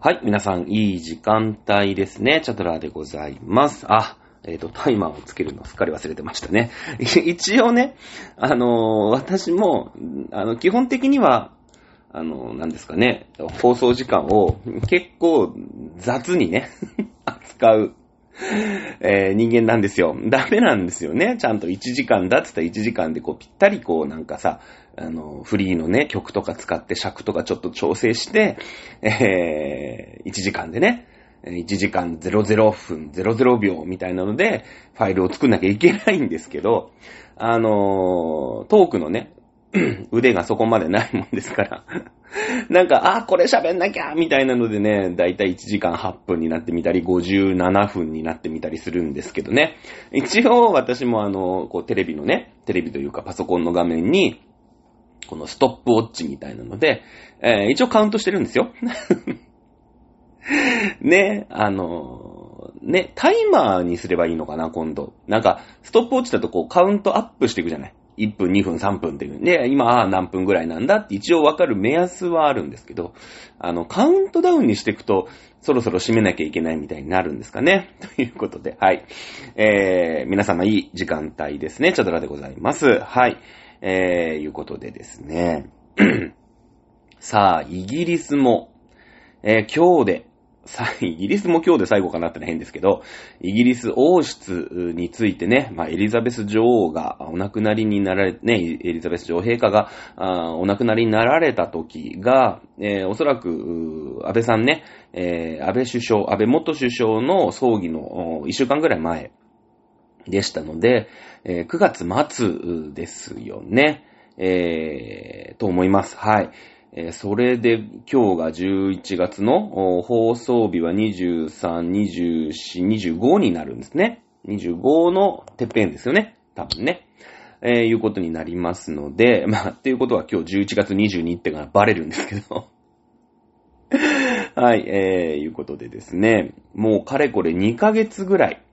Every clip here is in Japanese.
はい、皆さん、いい時間帯ですね。チャドラーでございます。タイマーをつけるのすっかり忘れてましたね。一応ね、私も、基本的には、何ですかね、放送時間を結構雑にね、扱う、人間なんですよ。ダメなんですよね。ちゃんと1時間だって言ったら1時間でこうぴったりこうなんかさ、フリーのね、曲とか使って尺とかちょっと調整して、1時間でね、1時間00分00秒みたいなので、ファイルを作んなきゃいけないんですけど、トークのね、腕がそこまでないもんですから。なんか、これ喋んなきゃみたいなのでね、だいたい1時間8分になってみたり、57分になってみたりするんですけどね。一応私もこうテレビというかパソコンの画面に、このストップウォッチみたいなので、一応カウントしてるんですよ。ね、タイマーにすればいいのかな、今度。なんか、ストップウォッチだとこうカウントアップしていくじゃない。1分、2分、3分っていう。で、今、何分ぐらいなんだって一応わかる目安はあるんですけど、カウントダウンにしていくと、そろそろ締めなきゃいけないみたいになるんですかね。ということで、はい。皆様いい時間帯ですね。チャドラでございます。はい。いうことでですね。さあ、イギリスも、今日で、イギリスも今日で最後かなってのは変ですけど、イギリス王室についてね、エリザベス女王がお亡くなりになられ、ね、エリザベス女王陛下がお亡くなりになられた時が、おそらく、安倍さんね、安倍元首相の葬儀の1週間ぐらい前でしたので、9月末ですよね、と思います。はい。それで今日が11月の放送日は23、24、25になるんですね。25のてっぺんですよね。多分ね。いうことになりますので、っていうことは今日11月22ってがバレるんですけど。はい、いうことでですね。もうかれこれ2ヶ月ぐらい、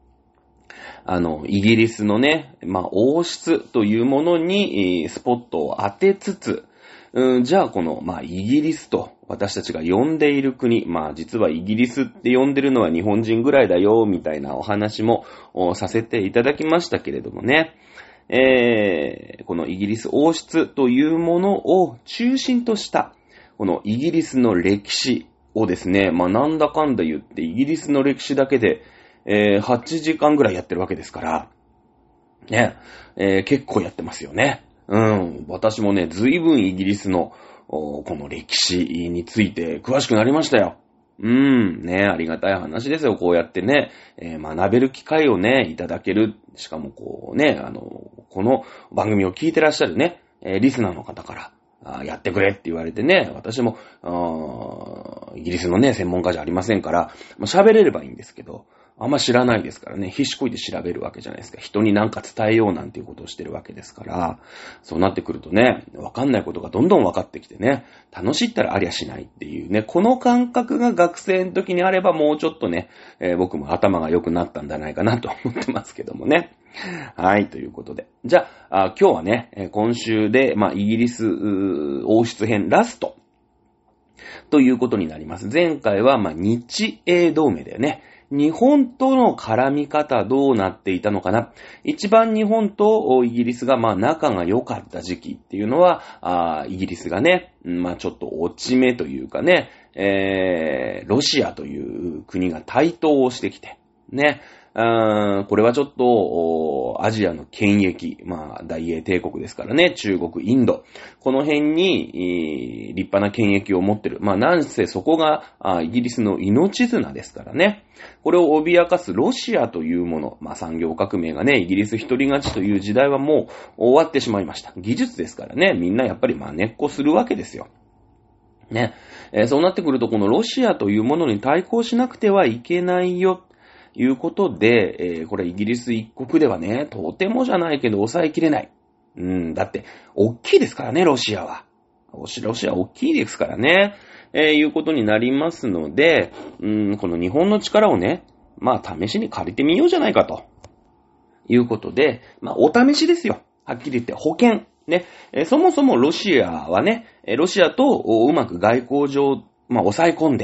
イギリスのね、王室というものにスポットを当てつつ、じゃあこの、イギリスと私たちが呼んでいる国、実はイギリスって呼んでるのは日本人ぐらいだよ、みたいなお話もさせていただきましたけれどもね、このイギリス王室というものを中心とした、このイギリスの歴史をですね、なんだかんだ言ってイギリスの歴史だけで、8時間ぐらいやってるわけですから、ね、結構やってますよね。私もね、随分イギリスの、この歴史について詳しくなりましたよ。ね、ありがたい話ですよ。こうやってね、学べる機会をね、いただける。しかもこうね、この番組を聞いてらっしゃるね、リスナーの方から、やってくれって言われてね、私も、イギリスのね、専門家じゃありませんから、喋れればいいんですけど、あんま知らないですからね、必死こいて調べるわけじゃないですか。人になんか伝えようなんていうことをしてるわけですから、そうなってくるとね、わかんないことがどんどんわかってきてね、楽しいったらありゃしないっていうね、この感覚が学生の時にあればもうちょっとね、僕も頭が良くなったんじゃないかなと思ってますけどもね。はい、ということで。じゃあ、今日はね、今週で、イギリス王室編ラストということになります。前回は、日英同盟だよね。日本との絡み方どうなっていたのかな。一番日本とイギリスが仲が良かった時期っていうのは、イギリスがね、ちょっと落ち目というかね、ロシアという国が台頭をしてきて、ね、これはちょっと、アジアの権益、大英帝国ですからね、中国、インド、この辺に、立派な権益を持ってる。なんせそこが、イギリスの命綱ですからね。これを脅かすロシアというもの、産業革命がね、イギリス一人勝ちという時代はもう終わってしまいました。技術ですからね、みんなやっぱり根っこするわけですよ。ね。そうなってくると、このロシアというものに対抗しなくてはいけないよ。いうことで、これイギリス一国ではね、とてもじゃないけど抑えきれない。だって、大きいですからね、ロシアは。ロシア大きいですからね。いうことになりますので、この日本の力をね、試しに借りてみようじゃないかと。いうことで、お試しですよ。はっきり言って、保険。ね。そもそもロシアはね、ロシアとうまく外交上、抑え込んで、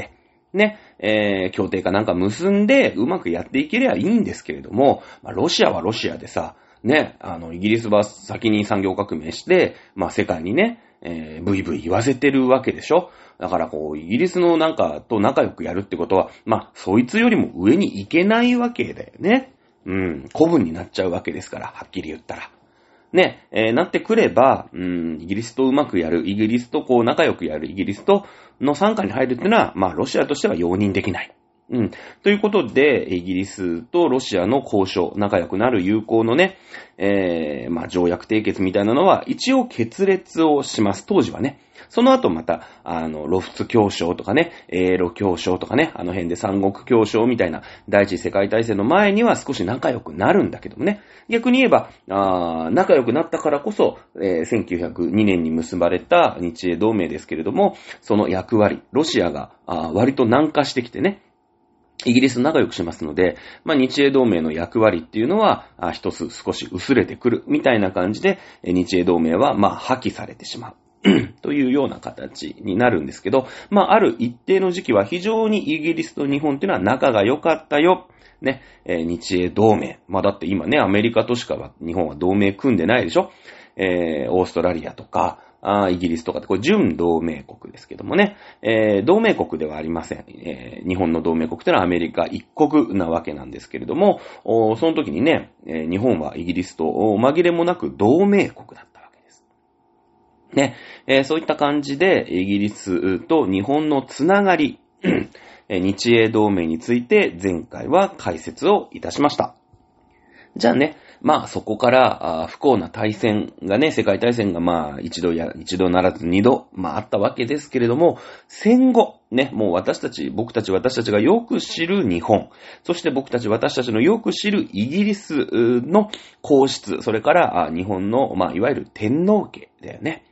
ね、協定かなんか結んでうまくやっていければいいんですけれども、まあ、ロシアはロシアでさ、ね、イギリスは先に産業革命して、まあ、世界にね、ブイブイ言わせてるわけでしょ。だからこう、イギリスのなんかと仲良くやるってことは、まあ、そいつよりも上に行けないわけだよね。古文になっちゃうわけですから、はっきり言ったら。ね、なってくれば、イギリスとうまくやる、イギリスとこう仲良くやる、イギリスとの傘下に入るっていうのは、まあ、ロシアとしては容認できない。ということで、イギリスとロシアの交渉、仲良くなる友好のね、まあ、条約締結みたいなのは、一応決裂をします。当時はね。その後また、ロフツ協商とかね、英ロ協商とかね、あの辺で三国協商みたいな、第一次世界大戦の前には少し仲良くなるんだけどもね。逆に言えば、仲良くなったからこそ、1902年に結ばれた日英同盟ですけれども、その役割、ロシアが割と軟化してきてね、イギリスと仲良くしますので、まあ、日英同盟の役割っていうのは、一つ少し薄れてくるみたいな感じで、日英同盟は、まあ、破棄されてしまう。というような形になるんですけど、まあ、ある一定の時期は非常にイギリスと日本っていうのは仲が良かったよ。ね、日英同盟。まあ、だって今ね、アメリカとしかは日本は同盟組んでないでしょ。オーストラリアとか、イギリスとかって、これ準同盟国ですけどもね、同盟国ではありません。日本の同盟国というのはアメリカ一国なわけなんですけれども、その時にね、日本はイギリスと紛れもなく同盟国だったわけです。ね、そういった感じで、イギリスと日本のつながり、日英同盟について前回は解説をいたしました。じゃあね、まあそこから不幸な大戦がね、世界大戦がまあ一度ならず二度、まああったわけですけれども、戦後、ね、もう私たちがよく知る日本、そして私たちのよく知るイギリスの皇室、それから日本の、まあいわゆる天皇家だよね。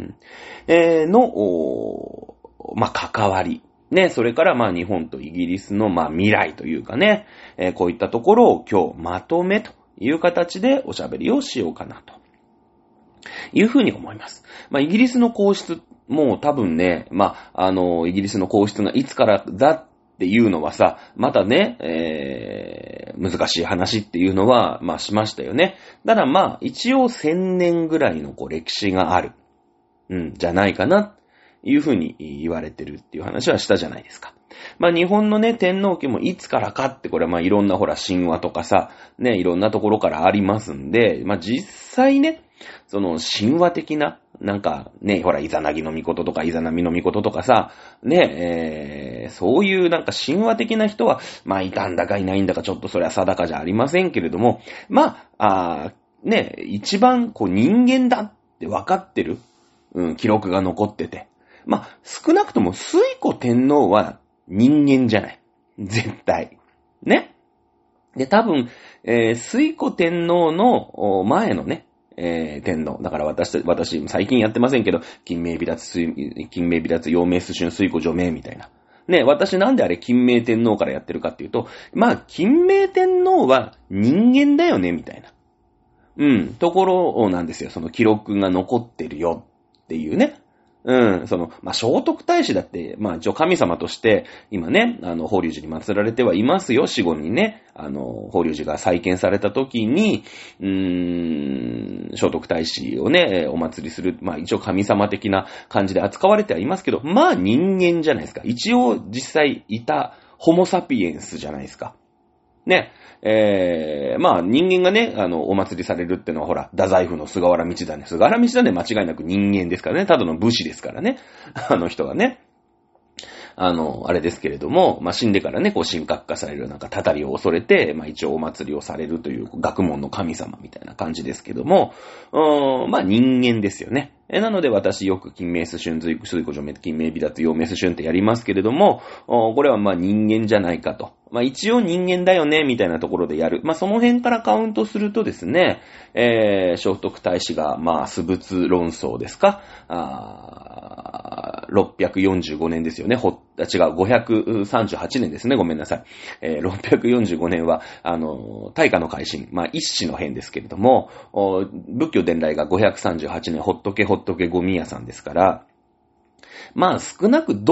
まあ関わり。ね、それからまあ日本とイギリスのまあ未来というかね、こういったところを今日まとめという形でおしゃべりをしようかなというふうに思います。まあイギリスの皇室も多分ね、まあイギリスの皇室がいつからだっていうのはさ、またね、難しい話っていうのはまあしましたよね。ただまあ一応1000年ぐらいのこう歴史がある、じゃないかな。いうふうに言われてるっていう話はしたじゃないですか。まあ日本のね、天皇家もいつからかってこれはまあいろんなほら神話とかさ、ね、いろんなところからありますんで、まあ実際ね、その神話的な、なんかね、ほらイザナギの御事とかイザナミの御事とかさ、ね、そういうなんか神話的な人は、まあいたんだかいないんだかちょっとそれは定かじゃありませんけれども、まあ、ね、一番こう人間だって分かってる、記録が残ってて、まあ、少なくとも推古天皇は人間じゃない。絶対。ね。で、多分、推古天皇の前のね、天皇。だから私、最近やってませんけど、金明美脱、陽明崇春、推古除明みたいな。ね、私なんであれ金明天皇からやってるかっていうと、まあ、金明天皇は人間だよね、みたいな。ところなんですよ。その記録が残ってるよっていうね。まあ、聖徳太子だって、まあ、一応神様として、今ね、法隆寺に祀られてはいますよ、死後にね、法隆寺が再建された時に、聖徳太子をね、お祭りする、まあ、一応神様的な感じで扱われてはいますけど、まあ、人間じゃないですか。一応、実際いた、ホモサピエンスじゃないですか。ね。まあ人間がね、お祭りされるってのはほら、太宰府の菅原道真。菅原道真間違いなく人間ですからね。ただの武士ですからね。あの人はね。あれですけれども、まあ、死んでからね、こう神格化されるなんかたたりを恐れて、まあ、一応お祭りをされるという学問の神様みたいな感じですけども、まあ、人間ですよね。なので私よく金明崇春、推古除明、金明美脱、陽明崇春ってやりますけれども、これはまあ人間じゃないかと。まあ一応人間だよね、みたいなところでやる。まあその辺からカウントするとですね、聖徳太子がまあ仏物論争ですか、645年ですよね。538年ですね。ごめんなさい。645年は、大化の改新。まあ、一子の変ですけれども、仏教伝来が538年、ほっとけごみやさんですから、まあ、少なく、どう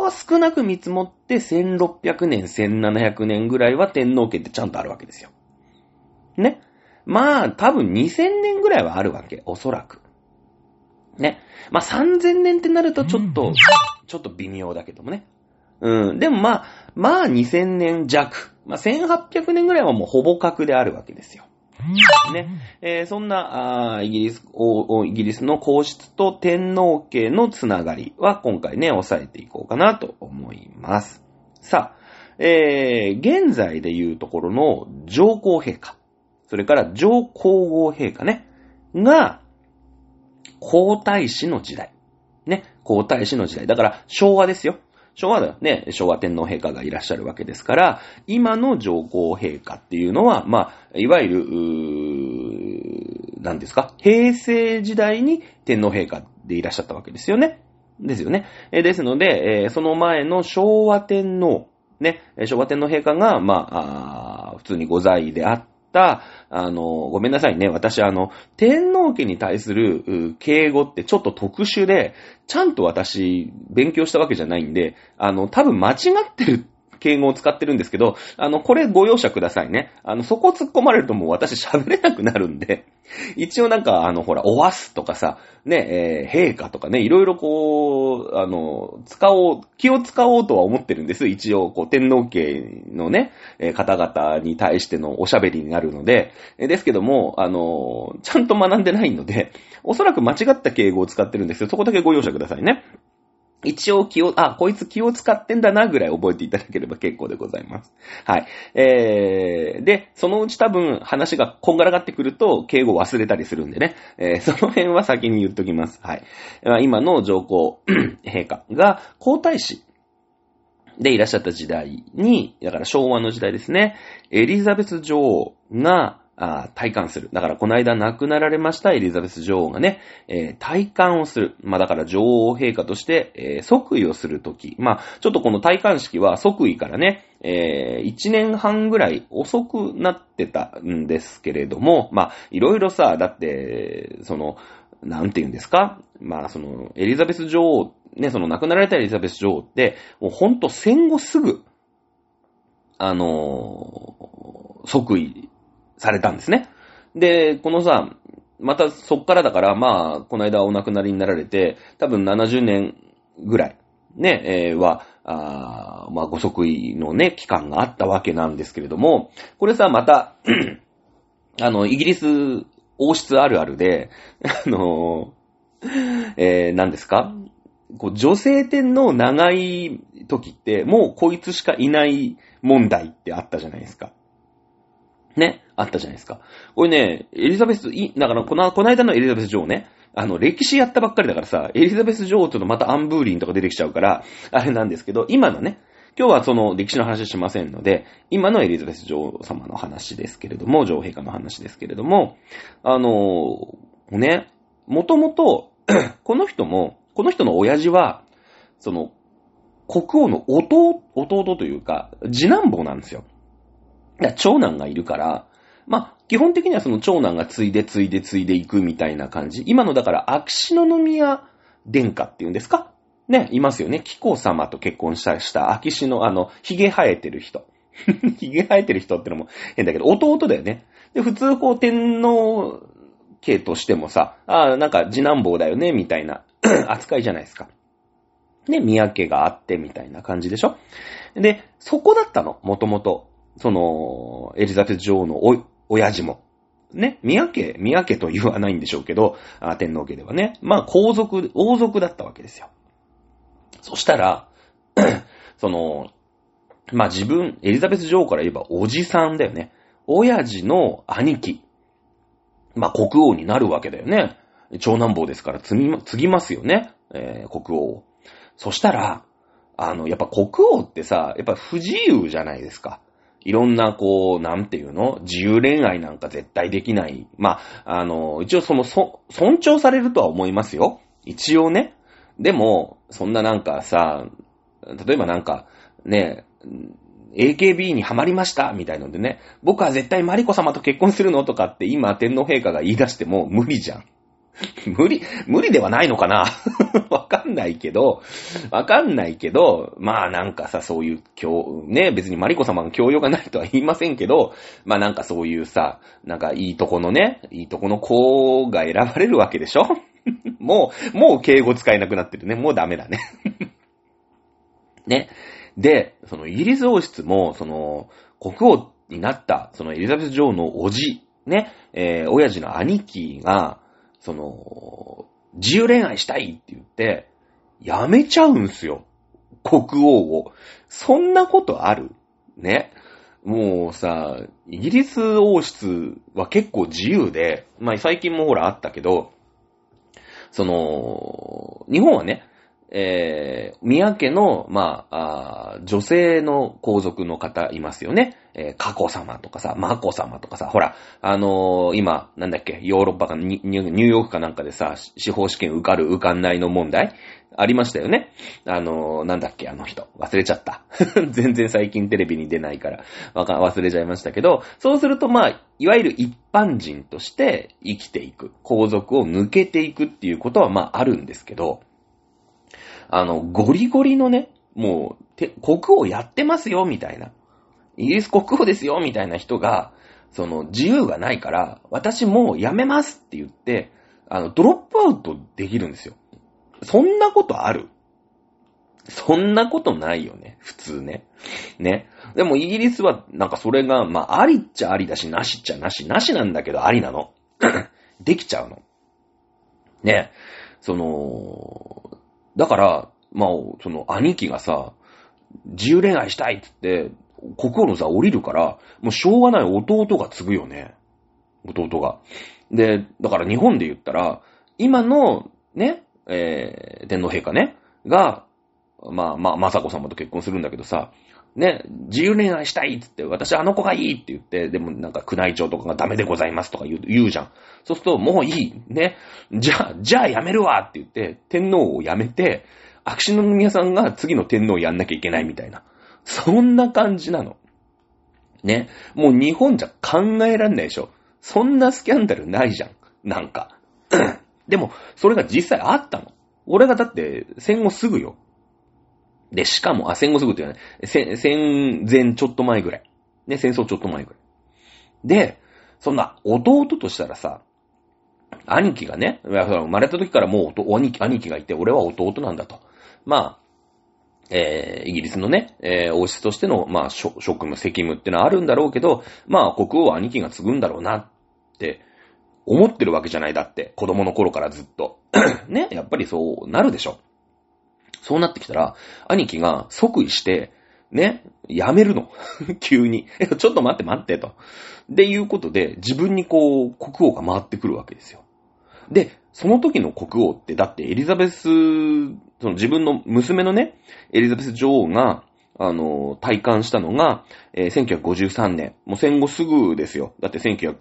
応少なく見積もって1600年、1700年ぐらいは天皇家ってちゃんとあるわけですよ。ね。まあ、多分2000年ぐらいはあるわけ。おそらく。ね。まあ3000年ってなるとちょっと微妙だけどもね。でもまあ2000年弱。まあ1800年ぐらいはもうほぼ確であるわけですよ。ね。そんな、イギリスの皇室と天皇家のつながりは今回ね、押さえていこうかなと思います。さあ、現在でいうところの上皇陛下、それから上皇后陛下ね、が、皇太子の時代。ね。皇太子の時代。だから昭和ですよ。昭和だよね。昭和天皇陛下がいらっしゃるわけですから、今の上皇陛下っていうのは、まあ、いわゆる、何ですか？平成時代に天皇陛下でいらっしゃったわけですよね。ですよね。ですので、その前の昭和天皇、ね。昭和天皇陛下が、まあ、普通にご在位であった、ごめんなさいね。私、天皇家に対する敬語ってちょっと特殊で、ちゃんと私、勉強したわけじゃないんで、多分間違ってる敬語を使ってるんですけど、これご容赦くださいね。そこ突っ込まれるともう私喋れなくなるんで、一応なんか、ほら、おわすとかさ、ね、陛下とかね、いろいろこう、気を使おうとは思ってるんです。一応、こう、天皇家のね、方々に対してのおしゃべりになるので、ですけども、ちゃんと学んでないので、おそらく間違った敬語を使ってるんですよ。そこだけご容赦くださいね。一応こいつ気を使ってんだなぐらい覚えていただければ結構でございます。はい。で、そのうち多分話がこんがらがってくると敬語忘れたりするんでね。その辺は先に言っときます。はい。今の上皇陛下が皇太子でいらっしゃった時代に、だから昭和の時代ですね。エリザベス女王が戴冠する。だからこの間亡くなられましたエリザベス女王がね、戴冠をする。まあだから女王陛下として、即位をするとき。まあちょっとこの戴冠式は即位からね、1年半ぐらい遅くなってたんですけれども、まあいろいろさ、だって、なんて言うんですか？まあエリザベス女王、ね、亡くなられたエリザベス女王って、もうほんと戦後すぐ、即位されたんですね。で、このさ、またそっからだから、まあ、この間お亡くなりになられて、多分70年ぐらい、ね、まあ、ご即位のね、期間があったわけなんですけれども、これさ、また、イギリス王室あるあるで、何ですか？こう女性天皇長い時って、もうこいつしかいない問題ってあったじゃないですか。ね、あったじゃないですか。これね、エリザベス、だからこの間のエリザベス女王ね、歴史やったばっかりだからさ、エリザベス女王ってのまたアンブーリンとか出てきちゃうから、あれなんですけど、今のね、今日はその歴史の話しませんので、今のエリザベス女王様の話ですけれども、女王陛下の話ですけれども、ね、もともと、この人の親父は、国王の弟というか、次男坊なんですよ。長男がいるから、まあ、基本的にはその長男が継いでいくみたいな感じ。今のだから秋篠宮殿下っていうんですかね、いますよね。紀子様と結婚した秋篠、髭生えてる人。髭生えてる人ってのも変だけど、弟だよね。で、普通こう天皇家としてもさ、なんか次男坊だよね、みたいな扱いじゃないですか。ね、宮家があってみたいな感じでしょ。で、そこだったの、もともと。エリザベス女王の親父も。ね、宮家と言わないんでしょうけど、天皇家ではね。まあ、王族だったわけですよ。そしたら、まあエリザベス女王から言えばおじさんだよね。親父の兄貴。まあ、国王になるわけだよね。長男坊ですから継ぎますよね。国王を。そしたら、やっぱ国王ってさ、やっぱ不自由じゃないですか。いろんな、こう、なんていうの？自由恋愛なんか絶対できない。まあ、一応尊重されるとは思いますよ。一応ね。でも、そんななんかさ、例えばなんか、ね、AKB にハマりましたみたいのでね、僕は絶対マリコ様と結婚するのとかって今天皇陛下が言い出しても無理じゃん。 無理ではないのかなわかんないけど、まあなんかさ、そういうね、別にマリコ様の教養がないとは言いませんけど、まあなんかそういうさ、なんかいいとこの子が選ばれるわけでしょもう敬語使えなくなってるね。もうダメだね。ね。で、そのイギリス王室も、その、国王になった、そのエリザベス女王の叔父、ね、親父の兄貴が、その、自由恋愛したいって言って、やめちゃうんすよ。国王を。そんなことある？ね。もうさ、イギリス王室は結構自由で、まあ最近もほらあったけど、その、日本はね、宮家の、まあ、女性の皇族の方いますよね。佳子様とかさ、眞子様とかさ、ほら、今、なんだっけ、ヨーロッパかニューヨークかなんかでさ、司法試験受かる受かんないの問題ありましたよね。なんだっけ、あの人。忘れちゃった。全然最近テレビに出ないから、忘れちゃいましたけど、そうするとまあ、いわゆる一般人として生きていく。皇族を抜けていくっていうことはまああるんですけど、ゴリゴリのね、もう、国王やってますよ、みたいな。イギリス国王ですよ、みたいな人が、その、自由がないから、私もう辞めますって言って、ドロップアウトできるんですよ。そんなことある？そんなことないよね、普通ね。ね。でもイギリスは、なんかそれが、まあ、ありっちゃありだし、なしっちゃなしなんだけど、ありなの。できちゃうの。ね。その、だから、まあ、その兄貴がさ、自由恋愛したいって言って、国王の座降りるから、もうしょうがない弟が継ぐよね。弟が。で、だから日本で言ったら、今の、ね、天皇陛下ね、が、まあ、雅子様と結婚するんだけどさ、ね、自由恋愛したいって言って、私あの子がいいって言って、でもなんか宮内庁とかがダメでございますとか言うじゃん。そうすると、もういい。ね。じゃあやめるわって言って、天皇をやめて、秋篠宮さんが次の天皇をやんなきゃいけないみたいな。そんな感じなの。ね。もう日本じゃ考えらんないでしょ。そんなスキャンダルないじゃん。なんか。でも、それが実際あったの。俺がだって戦後すぐよ。で、しかも、戦後すぐって言わない。戦前ちょっと前ぐらい。ね、戦争ちょっと前ぐらい。で、そんな、弟としたらさ、兄貴がね、生まれた時からもう兄貴がいて、俺は弟なんだと。まあ、イギリスのね、王室としての、まあ、職務、責務ってのはあるんだろうけど、まあ、国王は兄貴が継ぐんだろうなって思ってるわけじゃない。だって、子供の頃からずっと。ね、やっぱりそうなるでしょ。そうなってきたら、兄貴が即位して、ね、やめるの。急に。ちょっと待ってと。で、いうことで、自分にこう、国王が回ってくるわけですよ。で、その時の国王って、だってエリザベス、その自分の娘のね、エリザベス女王が、戴冠したのが、1953年。もう戦後すぐですよ。だって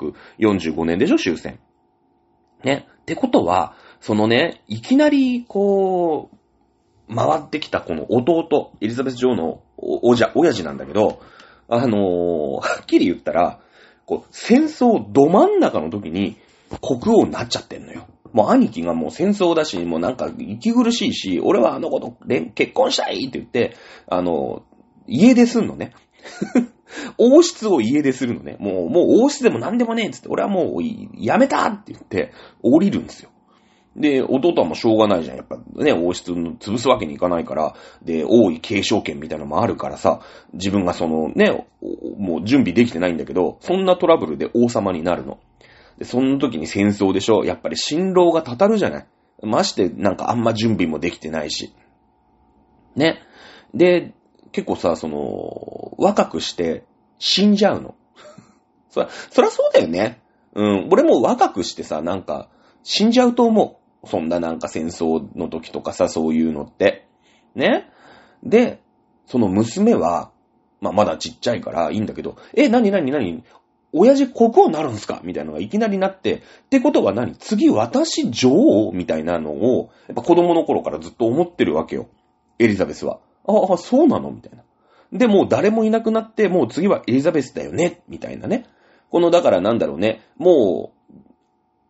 1945年でしょ、終戦。ね。ってことは、そのね、いきなり、こう、回ってきたこの弟、エリザベス女王の親父なんだけど、はっきり言ったら、こう、戦争ど真ん中の時に国王になっちゃってんのよ。もう兄貴がもう戦争だし、もうなんか息苦しいし、俺はあの子と結婚したいって言って、家出すんのね。王室を家出するのね。もう王室でも何でもねえっつって、俺はもうやめたって言って降りるんですよ。で、弟はもうしょうがないじゃん。やっぱね、王室の潰すわけにいかないから、で、王位継承権みたいなのもあるからさ、自分がそのね、もう準備できてないんだけど、そんなトラブルで王様になるの。で、その時に戦争でしょ。やっぱり辛労がたたるじゃない。ましてなんかあんま準備もできてないし。ね。で、結構さ、その、若くして死んじゃうの。そりゃそうだよね。うん。俺も若くしてさ、なんか死んじゃうと思う。そんななんか戦争の時とかさ、そういうのって。ね。で、その娘は、まあまだちっちゃいからいいんだけど、何親父国王になるんすかみたいなのがいきなりなって、ってことは次私女王みたいなのを、やっぱ子供の頃からずっと思ってるわけよ。エリザベスは。あ、そうなのみたいな。で、もう誰もいなくなって、もう次はエリザベスだよねみたいなね。だからなんだろうね。もう、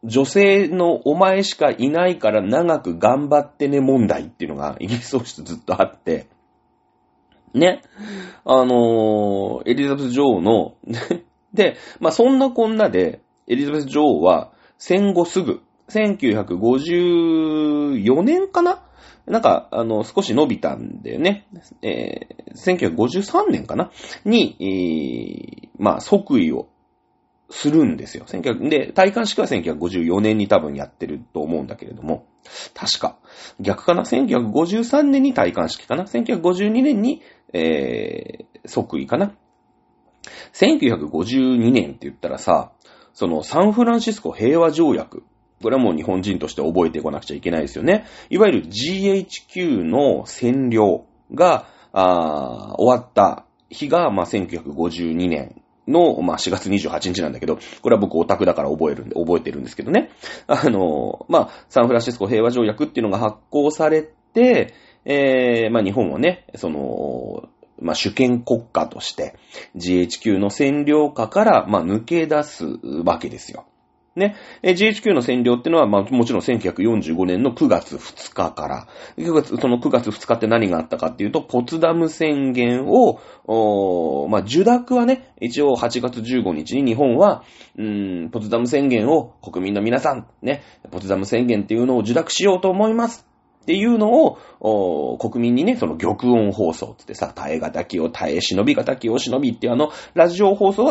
女性のお前しかいないから長く頑張ってね問題っていうのがイギリス王室ずっとあって、ね。エリザベス女王ので、まあ、そんなこんなで、エリザベス女王は戦後すぐ、1954年かななんか、少し伸びたんだよね。1953年かなに、まあ、即位をするんですよ。で、戴冠式は1954年に多分やってると思うんだけれども、確か、逆かな ?1953 年に戴冠式かな ?1952 年に、即位かな ?1952 年って言ったらさ、そのサンフランシスコ平和条約、これはもう日本人として覚えてこなくちゃいけないですよね。いわゆる GHQ の占領が終わった日が、まあ、1952年の、まあ、4月28日なんだけど、これは僕オタクだから覚えてるんですけどね。まあ、サンフランシスコ平和条約っていうのが発行されて、まあ、日本をね、まあ、主権国家として GHQ の占領下から、まあ、抜け出すわけですよ。ね。GHQ の占領っていうのは、まあ、もちろん1945年の9月2日から、その9月2日って何があったかっていうと、ポツダム宣言を、まあ、受諾はね、一応8月15日に日本は、ポツダム宣言を国民の皆さん、ね、ポツダム宣言っていうのを受諾しようと思います。っていうのを、国民にね、その玉音放送ってさ、耐え難きを耐え、忍び難きを忍びっていうラジオ放送は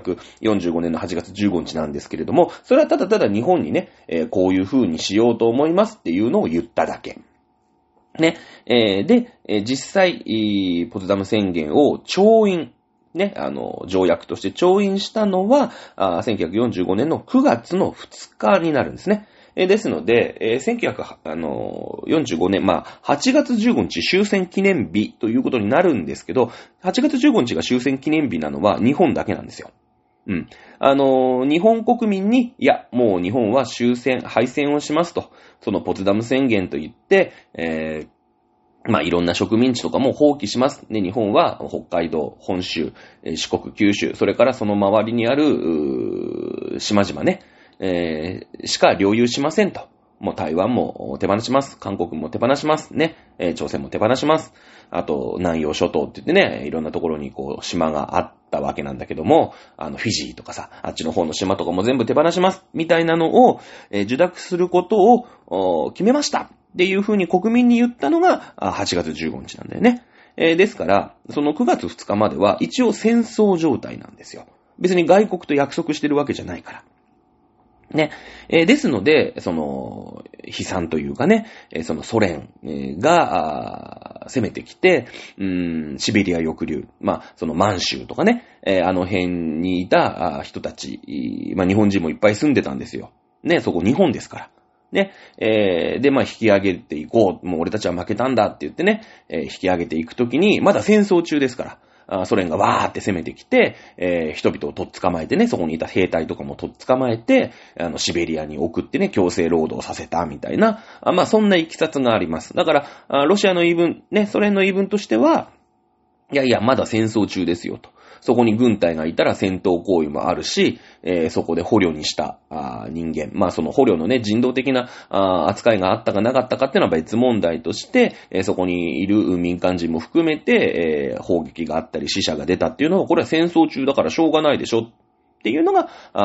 1945年の8月15日なんですけれども、それはただただ日本にね、こういう風にしようと思いますっていうのを言っただけ。ね。で、実際、ポツダム宣言を調印、ね、条約として調印したのは、1945年の9月の2日になるんですね。ですので、1945年、まあ、8月15日終戦記念日ということになるんですけど、8月15日が終戦記念日なのは日本だけなんですよ。うん。日本国民に、いや、もう日本は敗戦をしますと、そのポツダム宣言といって、まあ、いろんな植民地とかも放棄します。ね、日本は北海道、本州、四国、九州、それからその周りにある、島々ね、しか領有しませんと。もう台湾も手放します。韓国も手放します。ね。朝鮮も手放します。あと、南洋諸島って言ってね、いろんなところにこう、島があったわけなんだけども、フィジーとかさ、あっちの方の島とかも全部手放します。みたいなのを、受諾することを決めました。っていう風に国民に言ったのが、8月15日なんだよね。ですから、その9月2日までは一応戦争状態なんですよ。別に外国と約束してるわけじゃないから。ね。ですので、その、悲惨というかね、そのソ連が攻めてきて、シベリア抑留、まあ、その満州とかね、あの辺にいた人たち、まあ、日本人もいっぱい住んでたんですよ。ね、そこ日本ですから。ね。で、まあ、引き上げていこう。もう俺たちは負けたんだって言ってね、引き上げていくときに、まだ戦争中ですから。ソ連がわーって攻めてきて、人々をとっ捕まえてね、そこにいた兵隊とかもとっ捕まえて、シベリアに送ってね、強制労働させたみたいな、まあそんな経緯があります。だから、ロシアの言い分、ね、ソ連の言い分としては、いやいや、まだ戦争中ですよと。そこに軍隊がいたら戦闘行為もあるし、そこで捕虜にした人間。まあその捕虜のね、人道的な扱いがあったかなかったかっていうのは別問題として、そこにいる民間人も含めて、砲撃があったり死者が出たっていうのは、これは戦争中だからしょうがないでしょっていうのが、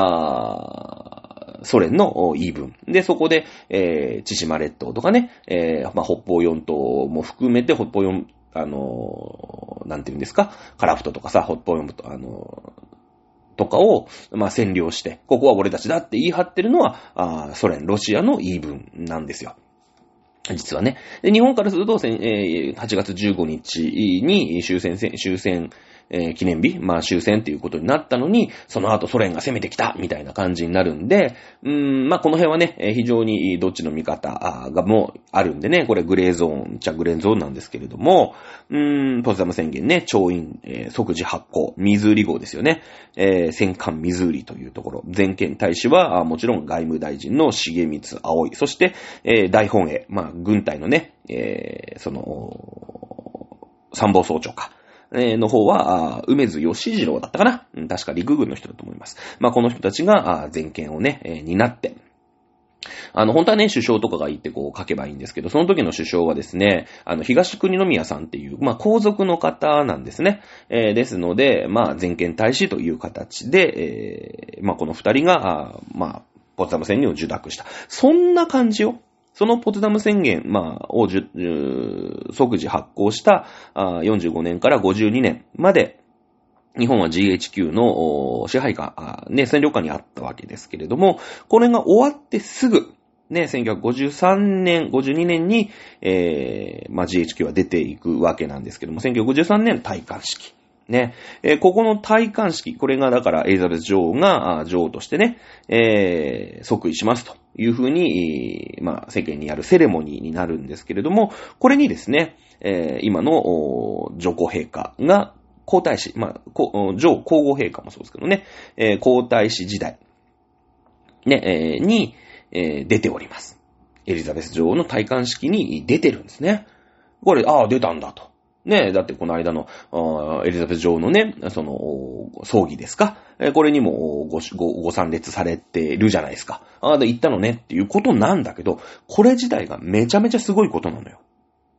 ソ連の言い分。で、そこで、千島列島とかね、まあ北方四島も含めて、北方四なんていうんですか、カラフトとかさ、北方四島とかを、まあ、占領して、ここは俺たちだって言い張ってるのは、ソ連、ロシアの言い分なんですよ。実はね。で、日本からすると、8月15日に終戦記念日、まあ終戦っていうことになったのに、その後ソ連が攻めてきたみたいな感じになるんで、まあこの辺はね、非常にどっちの見方がもうあるんでね、これグレーゾーンっちゃグレーゾーンなんですけれども、ポツダム宣言ね、調印、即時発行、ミズーリ号ですよね、戦艦ミズーリというところ、全権大使はもちろん外務大臣の重光葵、そして、大本営、まあ軍隊のね、その、参謀総長か。の方は、梅津義次郎だったかな、確か陸軍の人だと思います。まあ、この人たちが、全権をね、担って、 本当はね、首相とかがいてこう書けばいいんですけど、その時の首相はですね、東国宮さんっていう、皇族の方なんですね。ですので、全権大使という形で、この二人が、ポツダム宣言を受諾した。そんな感じよ。そのポツダム宣言、を即時発行した45年から52年まで、日本は GHQ の支配下、占領下にあったわけですけれども、これが終わってすぐ、1953年、52年に、GHQ は出ていくわけなんですけども、1953年戴冠式。ここの戴冠式、これがだからエリザベス女王が女王としてね、即位しますというふうに、世間にあるセレモニーになるんですけれども、これにですね、今の上皇陛下が皇太子、上皇后陛下もそうですけどね、皇太子時代、に、出ております。エリザベス女王の戴冠式に出てるんですね。これ、出たんだと。だってこの間の、エリザベス女王のね、葬儀ですか。これにもご参列されているじゃないですか。で、行ったのねっていうことなんだけど、これ自体がめちゃめちゃすごいことなのよ。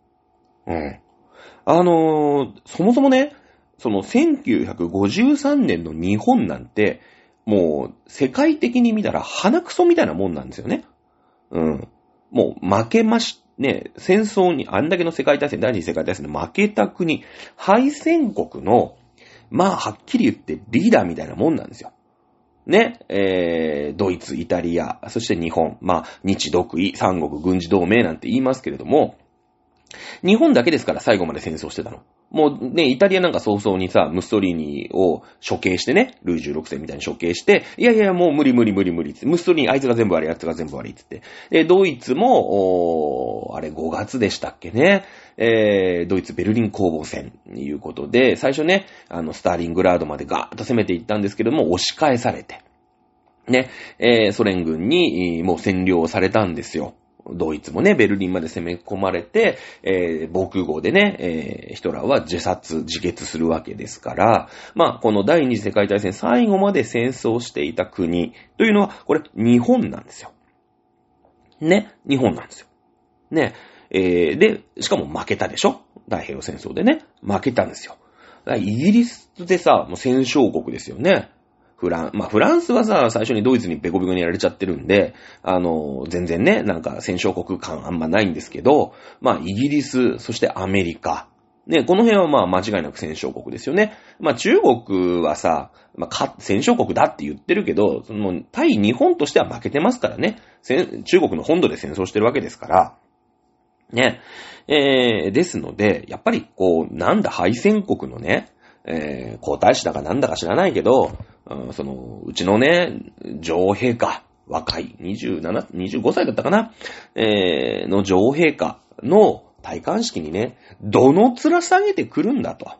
そもそもね、1953年の日本なんて、もう、世界的に見たら鼻くそみたいなもんなんですよね。もう、負けまし、戦争に、あんだけの世界大戦、第二次世界大戦で負けた国、敗戦国の、はっきり言ってリーダーみたいなもんなんですよ。ドイツ、イタリア、そして日本、日独伊、三国軍事同盟なんて言いますけれども、日本だけですから最後まで戦争してたの。もうね、イタリアなんか早々にさ、ムッソリーニを処刑してね、ルイ16世みたいに処刑して、いや、もう無理って、ムッソリーニあいつが全部悪い、って。で、ドイツも、あれ5月でしたっけね、ドイツベルリン攻防戦ということで、最初ね、スターリングラードまでガーッと攻めていったんですけども、押し返されて、ソ連軍にもう占領されたんですよ。ドイツもね、ベルリンまで攻め込まれて、防空壕でね、ヒトラーは自決するわけですから、この第二次世界大戦最後まで戦争していた国というのは、これ、日本なんですよ。日本なんですよ。で、しかも負けたでしょ？太平洋戦争でね、負けたんですよ。イギリスでさ、もう戦勝国ですよね。フランスはさ、最初にドイツにベコベコにやられちゃってるんで、全然ね、なんか戦勝国感あんまないんですけど、イギリス、そしてアメリカ。この辺は間違いなく戦勝国ですよね。中国はさ、戦勝国だって言ってるけど、対日本としては負けてますからね。中国の本土で戦争してるわけですから。ですので、やっぱり敗戦国のね、皇太子だかなんだか知らないけど、うちのね、女王陛下、若い、25歳だったかな、の女王陛下の戴冠式にね、どの面下げてくるんだと。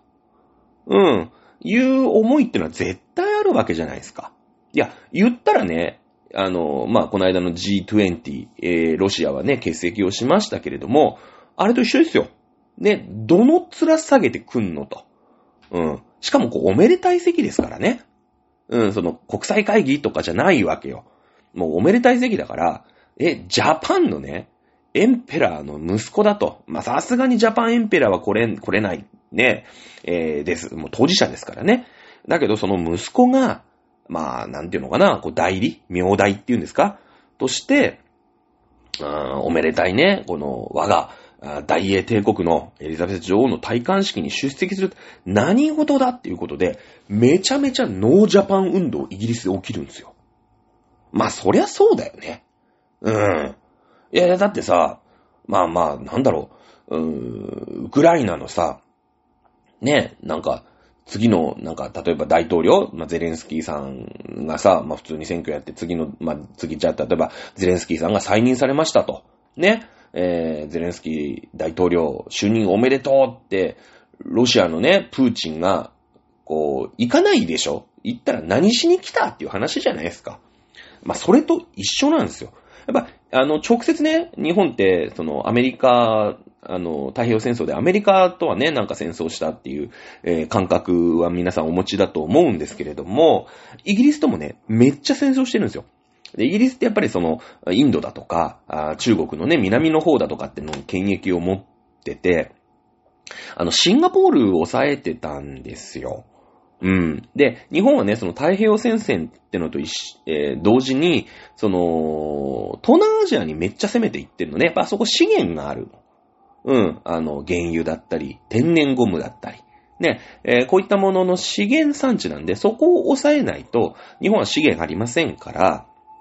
いう思いってのは絶対あるわけじゃないですか。いや、言ったらね、この間の G20、ロシアはね、欠席をしましたけれども、あれと一緒ですよ。どの面下げてくんのと。しかもおめでたい席ですからね。国際会議とかじゃないわけよ。もうおめでたい席だから、ジャパンのね、エンペラーの息子だと。さすがにジャパンエンペラーは来れないね、です。もう当事者ですからね。だけどその息子が、なんていうのかな、代理名代っていうんですかとして、おめでたいね、我が、大英帝国のエリザベス女王の戴冠式に出席する何事だっていうことで、めちゃめちゃノージャパン運動イギリスで起きるんですよ。そりゃそうだよね。いや、だってさ、なんだろう、ウクライナのさ、なんか、次の、例えば大統領、ゼレンスキーさんがさ、普通に選挙やって、例えば、ゼレンスキーさんが再任されましたと。ゼレンスキー大統領就任おめでとうって、ロシアのね、プーチンが、行かないでしょ？行ったら何しに来たっていう話じゃないですか。それと一緒なんですよ。やっぱ、直接ね、日本って、アメリカ、太平洋戦争でアメリカとはね、戦争したっていう、感覚は皆さんお持ちだと思うんですけれども、イギリスともね、めっちゃ戦争してるんですよ。 で、イギリスってやっぱりその、インドだとか、中国のね、南の方だとかっての権益を持ってて、シンガポールを抑えてたんですよ。うん。で、日本はね、その太平洋戦線ってのと同時に、その、東南アジアにめっちゃ攻めていってるのね。やっぱそこ資源がある。うん。原油だったり、天然ゴムだったり。ね、こういったものの資源産地なんで、そこを抑えないと、日本は資源ありませんから、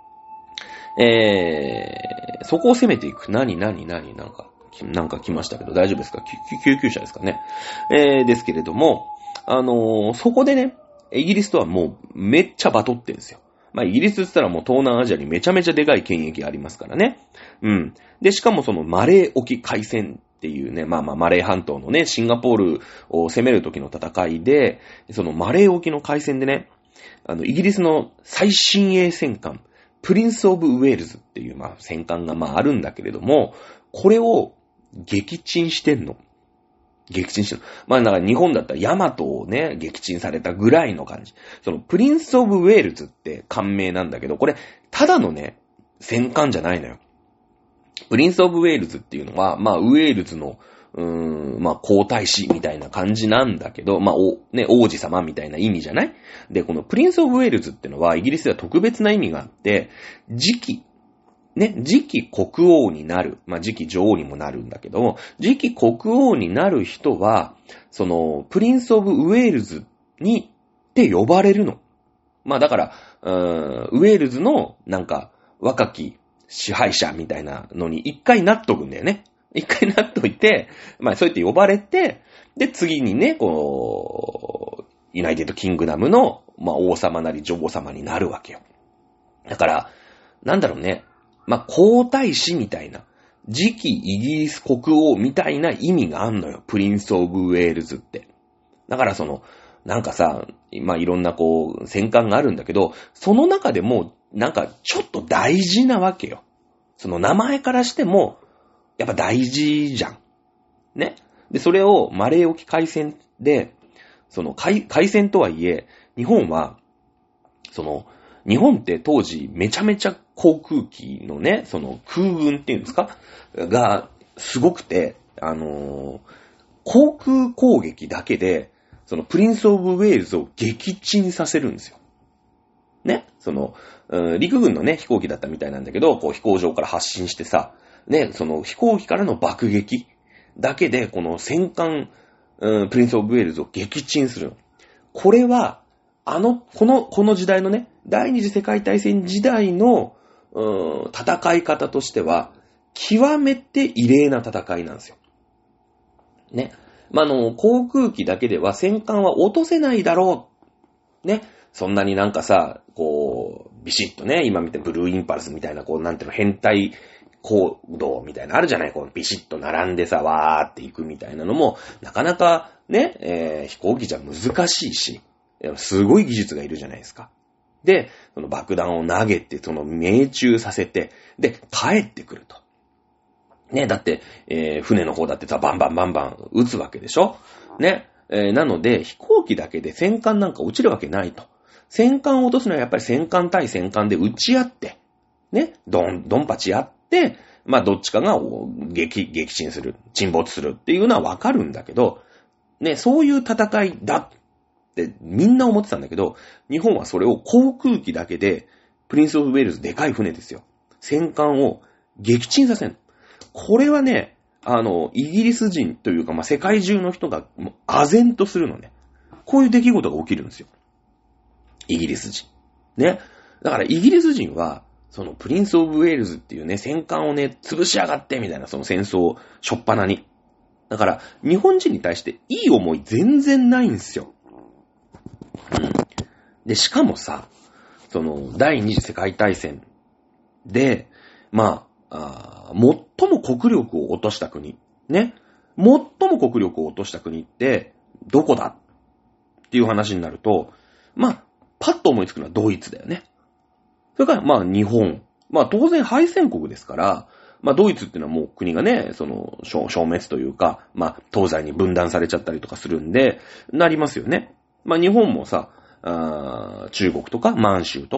そこを攻めていく。なんか来ましたけど、大丈夫ですか？救急車ですかね。ですけれども、そこでね、イギリスとはもうめっちゃバトってんですよ。まあ、イギリスって言ったらもう東南アジアにめちゃめちゃでかい権益ありますからね。うん。で、しかもそのマレー沖海戦っていうね、マレー半島のね、シンガポールを攻める時の戦いで、そのマレー沖の海戦でね、イギリスの最新鋭戦艦、プリンス・オブ・ウェールズっていう戦艦があるんだけれども、これを撃沈してんの。撃沈してる。だから日本だったらヤマトをね、撃沈されたぐらいの感じ。そのプリンス・オブ・ウェールズって艦名なんだけど、これ、ただのね、戦艦じゃないのよ。プリンス・オブ・ウェールズっていうのは、ウェールズの、皇太子みたいな感じなんだけど、王子様みたいな意味じゃない？で、このプリンス・オブ・ウェールズってのは、イギリスでは特別な意味があって、次期国王になる。次期女王にもなるんだけども、次期国王になる人は、その、プリンス・オブ・ウェールズって呼ばれるの。だから、ウェールズの、若き支配者みたいなのに一回なっとくんだよね。一回なっといて、そうやって呼ばれて、で、次にね、ユナイテッド・キングダムの、王様なり女王様になるわけよ。だから、皇太子みたいな、次期イギリス国王みたいな意味があんのよ。プリンス・オブ・ウェールズって。だからいろんな戦艦があるんだけど、その中でも、ちょっと大事なわけよ。その名前からしても、やっぱ大事じゃん。ね。で、それをマレー沖海戦で、その海戦とはいえ、日本って当時めちゃめちゃ航空機のね、その空軍っていうんですかがすごくて、航空攻撃だけで、そのプリンス・オブ・ウェールズを撃沈させるんですよ。ね。陸軍のね、飛行機だったみたいなんだけど、飛行場から発進してさ、ね、その飛行機からの爆撃だけで、この戦艦、プリンス・オブ・ウェールズを撃沈するの。これは、この時代のね、第二次世界大戦時代の、戦い方としては、極めて異例な戦いなんですよ。ね。航空機だけでは戦艦は落とせないだろう。ね。そんなにビシッとね、今見てブルーインパルスみたいな、変態行動みたいなのあるじゃない？ビシッと並んでさ、わーって行くみたいなのも、なかなかね、飛行機じゃ難しいし、すごい技術がいるじゃないですか。で、その爆弾を投げて、その命中させて、で、帰ってくると。ね、だって、船の方だってさ、バンバン撃つわけでしょ？ね。なので、飛行機だけで戦艦なんか落ちるわけないと。戦艦を落とすのはやっぱり戦艦対戦艦で撃ち合って、ね、ドンパチやって、どっちかが撃沈する、沈没するっていうのはわかるんだけど、ね、そういう戦いだってみんな思ってたんだけど、日本はそれを航空機だけで、プリンス・オブ・ウェールズでかい船ですよ。戦艦を撃沈させる。これはね、イギリス人というか、世界中の人が唖然とするのね。こういう出来事が起きるんですよ。イギリス人。ね。だからイギリス人は、そのプリンス・オブ・ウェールズっていうね、戦艦をね、潰しやがってみたいな、その戦争、しょっぱなに。だから、日本人に対していい思い全然ないんですよ。で、しかもさ、その、第二次世界大戦で、最も国力を落とした国、ね。最も国力を落とした国って、どこだっていう話になると、パッと思いつくのはドイツだよね。それから日本。当然敗戦国ですから、ドイツっていうのはもう国がね、その、消滅というか、東西に分断されちゃったりとかするんで、なりますよね。日本もさ、中国とか満州とか、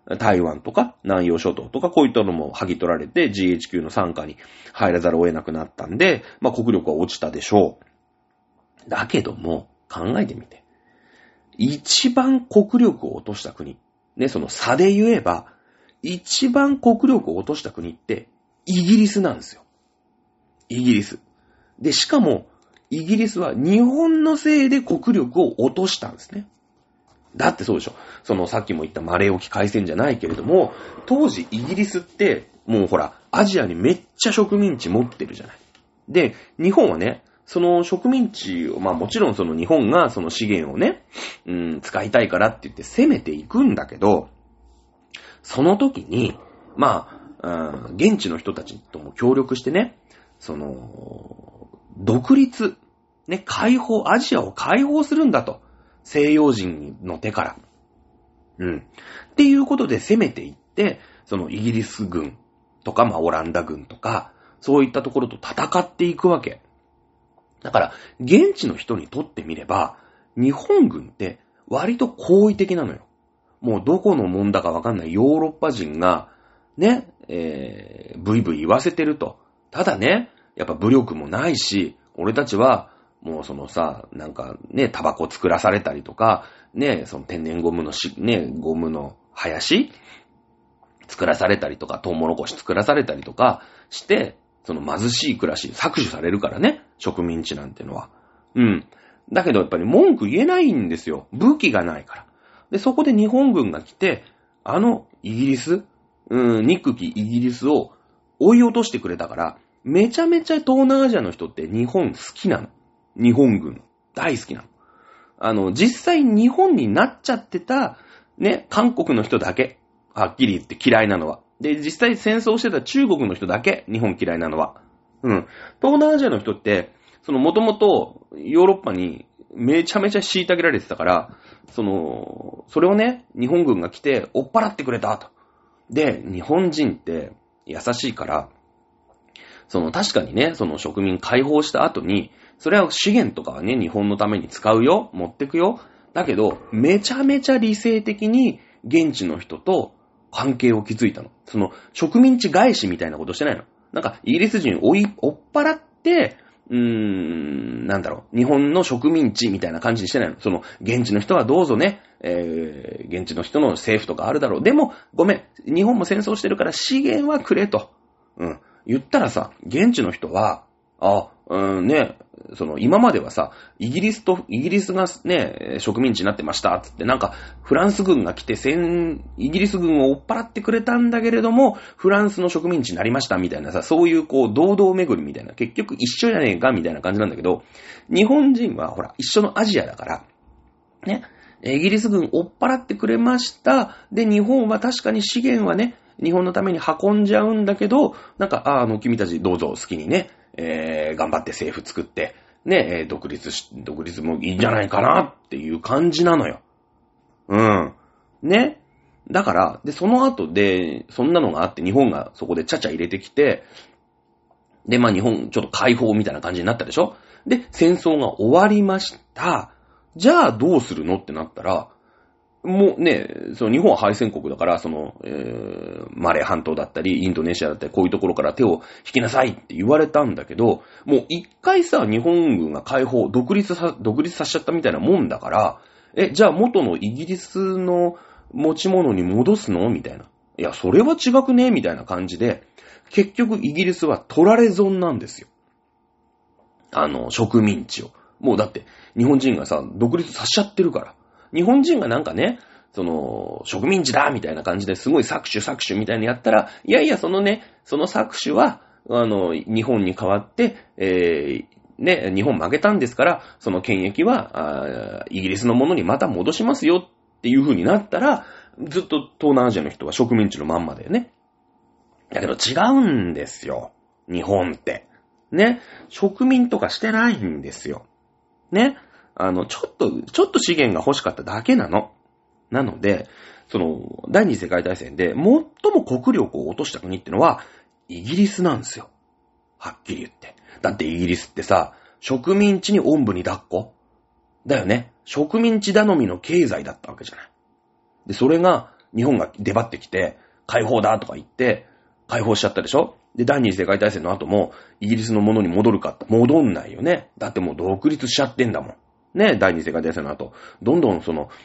台湾とか南洋諸島とかこういったのも剥ぎ取られて GHQ の傘下に入らざるを得なくなったんで、まあ国力は落ちたでしょう。だけども、考えてみて。一番国力を落とした国。ね、その差で言えば、一番国力を落とした国ってイギリスなんですよ。イギリス。で、しかも、イギリスは日本のせいで国力を落としたんですね。だってそうでしょ。そのさっきも言ったマレー沖海戦じゃないけれども、当時イギリスってもうほら、アジアにめっちゃ植民地持ってるじゃない。で、日本はね、その植民地を、まあもちろんその日本がその資源をね、使いたいからって言って攻めていくんだけど、その時に、まあ、現地の人たちとも協力してね、その、独立、ね、解放、アジアを解放するんだと。西洋人の手から。っていうことで攻めていって、そのイギリス軍とか、まあオランダ軍とか、そういったところと戦っていくわけ。だから、現地の人にとってみれば、日本軍って割と好意的なのよ。もうどこのもんだかわかんないヨーロッパ人が、ね、ブイブイ言わせてると。ただね、やっぱ武力もないし、俺たちは、もうそのさ、なんかね、タバコ作らされたりとか、ね、その天然ゴムのゴムの林作らされたりとか、トウモロコシ作らされたりとかして、その貧しい暮らし、搾取されるからね、植民地なんてのは。だけどやっぱり文句言えないんですよ。武器がないから。で、そこで日本軍が来て、イギリス憎きイギリスを追い落としてくれたから、めちゃめちゃ東南アジアの人って日本好きなの。日本軍。大好きなの。実際日本になっちゃってた、ね、韓国の人だけ。はっきり言って嫌いなのは。で、実際戦争してた中国の人だけ。日本嫌いなのは。東南アジアの人って、もともとヨーロッパにめちゃめちゃ虐げられてたから、それをね、日本軍が来て追っ払ってくれたと。で、日本人って優しいから、確かにね、植民解放した後に、それは資源とかはね、日本のために使うよ、持ってくよ。だけど、めちゃめちゃ理性的に現地の人と関係を築いたの。植民地返しみたいなことしてないの。なんか、イギリス人追っ払って、なんだろう、日本の植民地みたいな感じにしてないの。現地の人はどうぞね、現地の人の政府とかあるだろう。でも、ごめん、日本も戦争してるから資源はくれと。言ったらさ、現地の人は、ね、今まではさ、イギリスがね、植民地になってました、つって、なんか、フランス軍が来て、イギリス軍を追っ払ってくれたんだけれども、フランスの植民地になりました、みたいなさ、そういう堂々巡りみたいな、結局一緒じゃねえか、みたいな感じなんだけど、日本人は、ほら、一緒のアジアだから、ね、イギリス軍追っ払ってくれました。で、日本は確かに資源はね、日本のために運んじゃうんだけど、なんか、君たちどうぞ好きにね、頑張って政府作って、ね、独立もいいんじゃないかなっていう感じなのよ。ね。だから、で、その後で、そんなのがあって、日本がそこでちゃちゃ入れてきて、で、まあ日本ちょっと解放みたいな感じになったでしょ？で、戦争が終わりました。じゃあどうするのってなったら、もうね、日本は敗戦国だから、マレー半島だったり、インドネシアだったり、こういうところから手を引きなさいって言われたんだけど、もう一回さ、日本軍が解放、独立させちゃったみたいなもんだから、じゃあ元のイギリスの持ち物に戻すのみたいな。いや、それは違くねみたいな感じで、結局イギリスは取られ損なんですよ。植民地を。もうだって、日本人がさ、独立させちゃってるから。日本人がなんかね、植民地だみたいな感じですごい搾取みたいにやったら、いやいや、その搾取は、日本に代わって、ね、日本負けたんですから、その権益は、イギリスのものにまた戻しますよっていう風になったら、ずっと東南アジアの人は植民地のまんまだよね。だけど違うんですよ。日本って。ね。植民とかしてないんですよ。ね。ちょっと資源が欲しかっただけなの。なので、第二次世界大戦で最も国力を落とした国ってのは、イギリスなんですよ。はっきり言って。だってイギリスってさ、植民地におんぶに抱っこだよね。植民地頼みの経済だったわけじゃない。で、それが日本が出張ってきて、解放だとか言って、解放しちゃったでしょ。で、第二次世界大戦の後も、イギリスのものに戻るかって、戻んないよね。だってもう独立しちゃってんだもん。ね、第二次世界大戦の後、どんどんその、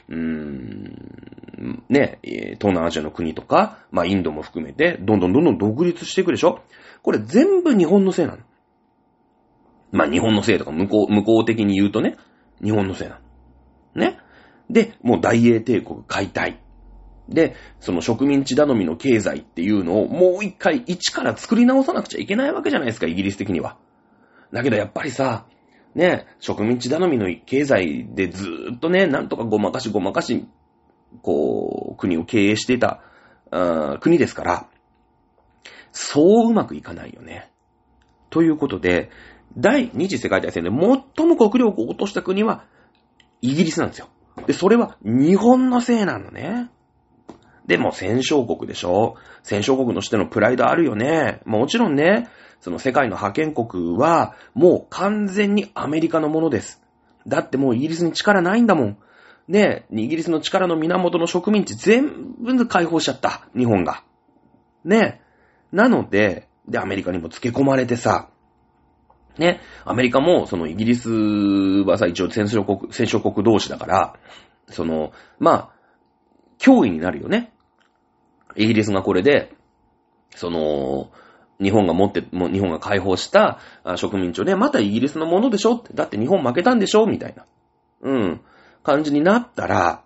ね、東南アジアの国とか、まあインドも含めて、どんどん独立していくでしょ。これ全部日本のせいなの。まあ日本のせいとか向こう的に言うとね、日本のせいなの。ね。で、もう大英帝国解体。で、その植民地頼みの経済っていうのをもう一回一から作り直さなくちゃいけないわけじゃないですか、イギリス的には。だけどやっぱりさ、ね、植民地頼みの経済でずーっとね、なんとかごまかし、こう、国を経営していた、国ですから、そううまくいかないよね。ということで、第二次世界大戦で最も国力を落とした国はイギリスなんですよ。で、それは日本のせいなのね。でも戦勝国でしょ。戦勝国としてのプライドあるよね。もちろんね、その世界の覇権国はもう完全にアメリカのものです。だってもうイギリスに力ないんだもん。ね、イギリスの力の源の植民地全部解放しちゃった。日本が。ね。なので、アメリカにも付け込まれてさ、ね、アメリカもそのイギリスはさ、一応戦勝国同士だから、その、まあ、脅威になるよね。イギリスがこれで、その、日本が解放した植民地をね、またイギリスのものでしょって、だって日本負けたんでしょみたいな、感じになったら、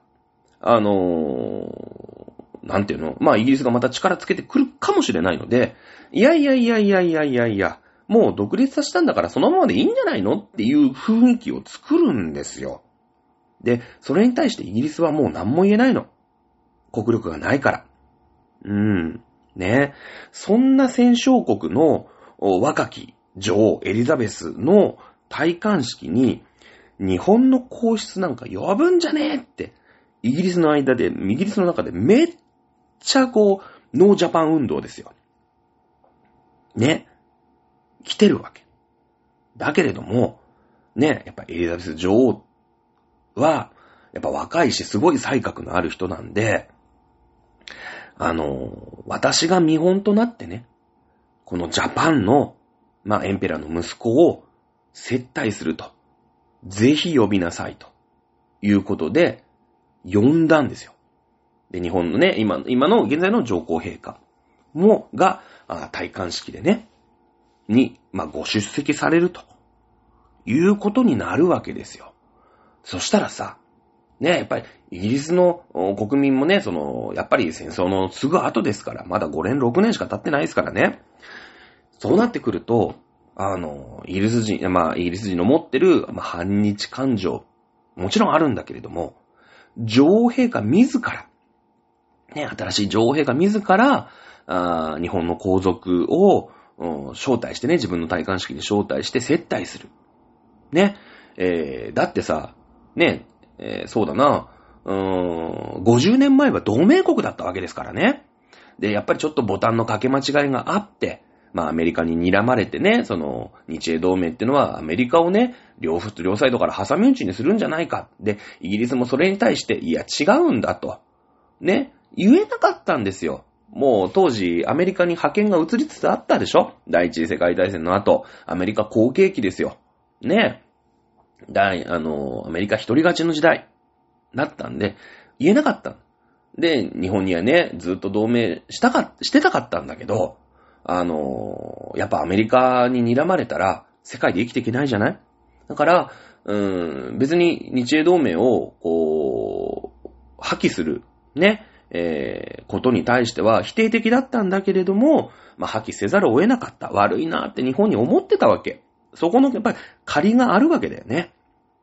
なんていうの、まあイギリスがまた力つけてくるかもしれないので、いや、もう独立させたんだからそのままでいいんじゃないのっていう雰囲気を作るんですよ。で、それに対してイギリスはもう何も言えないの。国力がないから。ね。そんな戦勝国の若き女王エリザベスの戴冠式に日本の皇室なんか呼ぶんじゃねえってイギリスの中でめっちゃこうノージャパン運動ですよ。ね。来てるわけ。だけれども、ね、やっぱエリザベス女王はやっぱ若いしすごい才覚のある人なんで、私が見本となってね、このジャパンの、まあ、エンペラーの息子を接待すると。ぜひ呼びなさいと。いうことで、呼んだんですよ。で、日本のね、今の現在の上皇陛下が、戴冠式でね、まあ、ご出席されると。いうことになるわけですよ。そしたらさ、ね、やっぱりイギリスの国民もね、やっぱり戦争のすぐ後ですから、まだ5年、6年しか経ってないですからね。そうなってくると、イギリス人の持ってる、反日感情、もちろんあるんだけれども、女王陛下自ら、ね、新しい女王陛下自ら、日本の皇族を招待してね、自分の戴冠式に招待して接待する。ね、だってさ、ね、そうだな、50年前は同盟国だったわけですからね。で、やっぱりちょっとボタンの掛け間違いがあって、まあアメリカに睨まれてね、日英同盟ってのはアメリカをね、両サイドから挟み撃ちにするんじゃないか。で、イギリスもそれに対して、いや違うんだと。ね、言えなかったんですよ。もう当時アメリカに覇権が移りつつあったでしょ。第一次世界大戦の後、アメリカ好景気ですよ。ね。アメリカ一人勝ちの時代だったんで、言えなかった。で、日本にはね、ずっと同盟してたかったんだけど、やっぱアメリカに睨まれたら、世界で生きていけないじゃない？だから、別に日英同盟を、こう、破棄する、ね、ことに対しては否定的だったんだけれども、まあ、破棄せざるを得なかった。悪いなって日本に思ってたわけ。そこの、やっぱり、借りがあるわけだよね。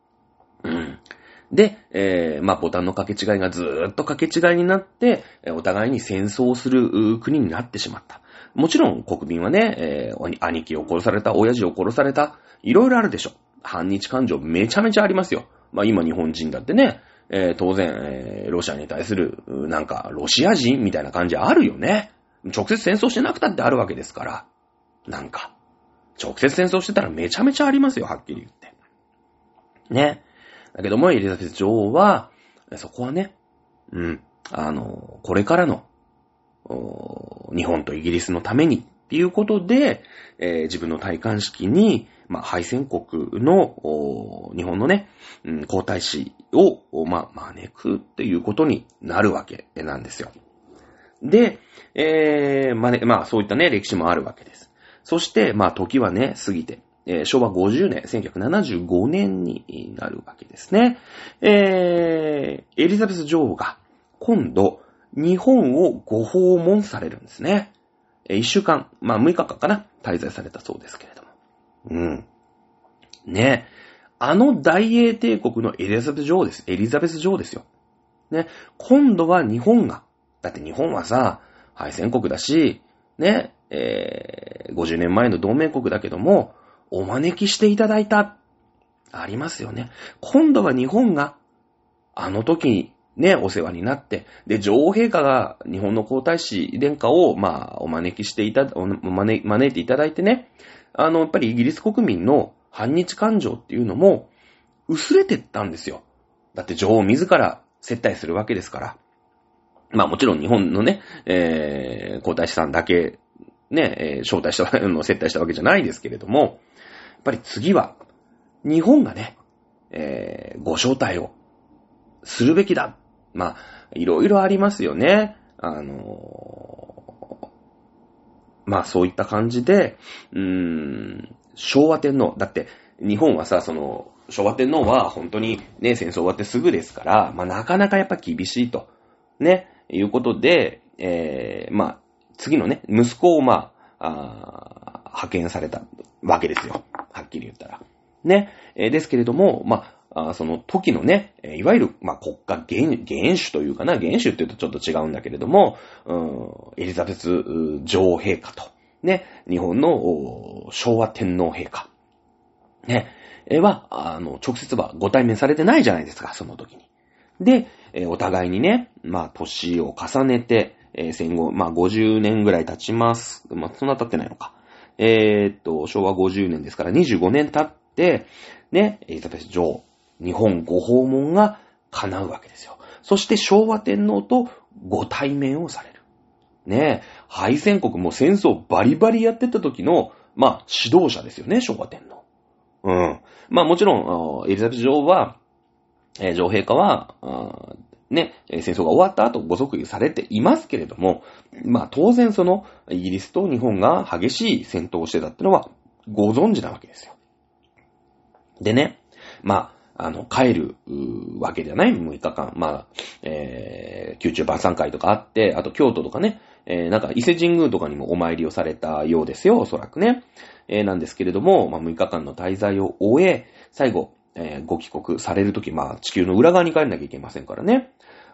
で、まあ、ボタンの掛け違いがずーっと掛け違いになって、お互いに戦争をする国になってしまった。もちろん国民はね、兄貴を殺された、親父を殺された、いろいろあるでしょ。反日感情めちゃめちゃありますよ。まあ、今日本人だってね、当然、ロシアに対する、なんか、ロシア人みたいな感じあるよね。直接戦争してなくたってあるわけですから。なんか、直接戦争してたらめちゃめちゃありますよ、はっきり言って。ね。だけども、エリザベス女王は、そこはね、 これからの、日本とイギリスのためにっていうことで、自分の戴冠式に、敗戦国の、日本のね、皇太子を、招くっていうことになるわけなんですよ。で、そういったね、歴史もあるわけです。そして、時はね、過ぎて、昭和50年、1975年になるわけですね。エリザベス女王が、今度、日本をご訪問されるんですね。1週間、6日間かな、滞在されたそうですけれども。ね。大英帝国のエリザベス女王です。エリザベス女王ですよ。ね。今度は日本が、だって日本はさ、敗戦国だし、ね、50年前の同盟国だけども、お招きしていただいた。ありますよね。今度は日本が、時にね、お世話になって、で、女王陛下が日本の皇太子殿下を、お招きして招いていただいてね、やっぱりイギリス国民の反日感情っていうのも、薄れてったんですよ。だって女王自ら接待するわけですから。もちろん日本のね、皇太子さんだけ、ね、招待した、接待したわけじゃないですけれども、やっぱり次は、日本がね、ご招待をするべきだ。いろいろありますよね。そういった感じで、昭和天皇、だって、日本はさ、昭和天皇は本当にね、戦争終わってすぐですから、なかなかやっぱ厳しいと、ね、いうことで、次のね、息子を派遣されたわけですよ。はっきり言ったら。ね、ですけれども、その時のね、いわゆる、国家元首というかな、元首って言うとちょっと違うんだけれども、エリザベス女王陛下と、ね、日本の昭和天皇陛下、ね、は、直接はご対面されてないじゃないですか、その時に。で、お互いにね、年を重ねて、戦後、50年ぐらい経ちます。そんな経ってないのか。昭和50年ですから25年経って、ね、エリザベス女王、日本ご訪問が叶うわけですよ。そして昭和天皇とご対面をされる。ね、敗戦国も戦争バリバリやってた時の、指導者ですよね、昭和天皇。もちろん、エリザベス女王は、女王陛下は、ね、戦争が終わった後ご即位されていますけれども、当然イギリスと日本が激しい戦闘をしてたってのはご存知なわけですよ。でね、帰るわけじゃない ?6 日間。宮中晩餐会とかあって、あと京都とかね、伊勢神宮とかにもお参りをされたようですよ、おそらくね。なんですけれども、6日間の滞在を終え、最後、ご帰国されるとき、地球の裏側に帰んなきゃいけませんからね。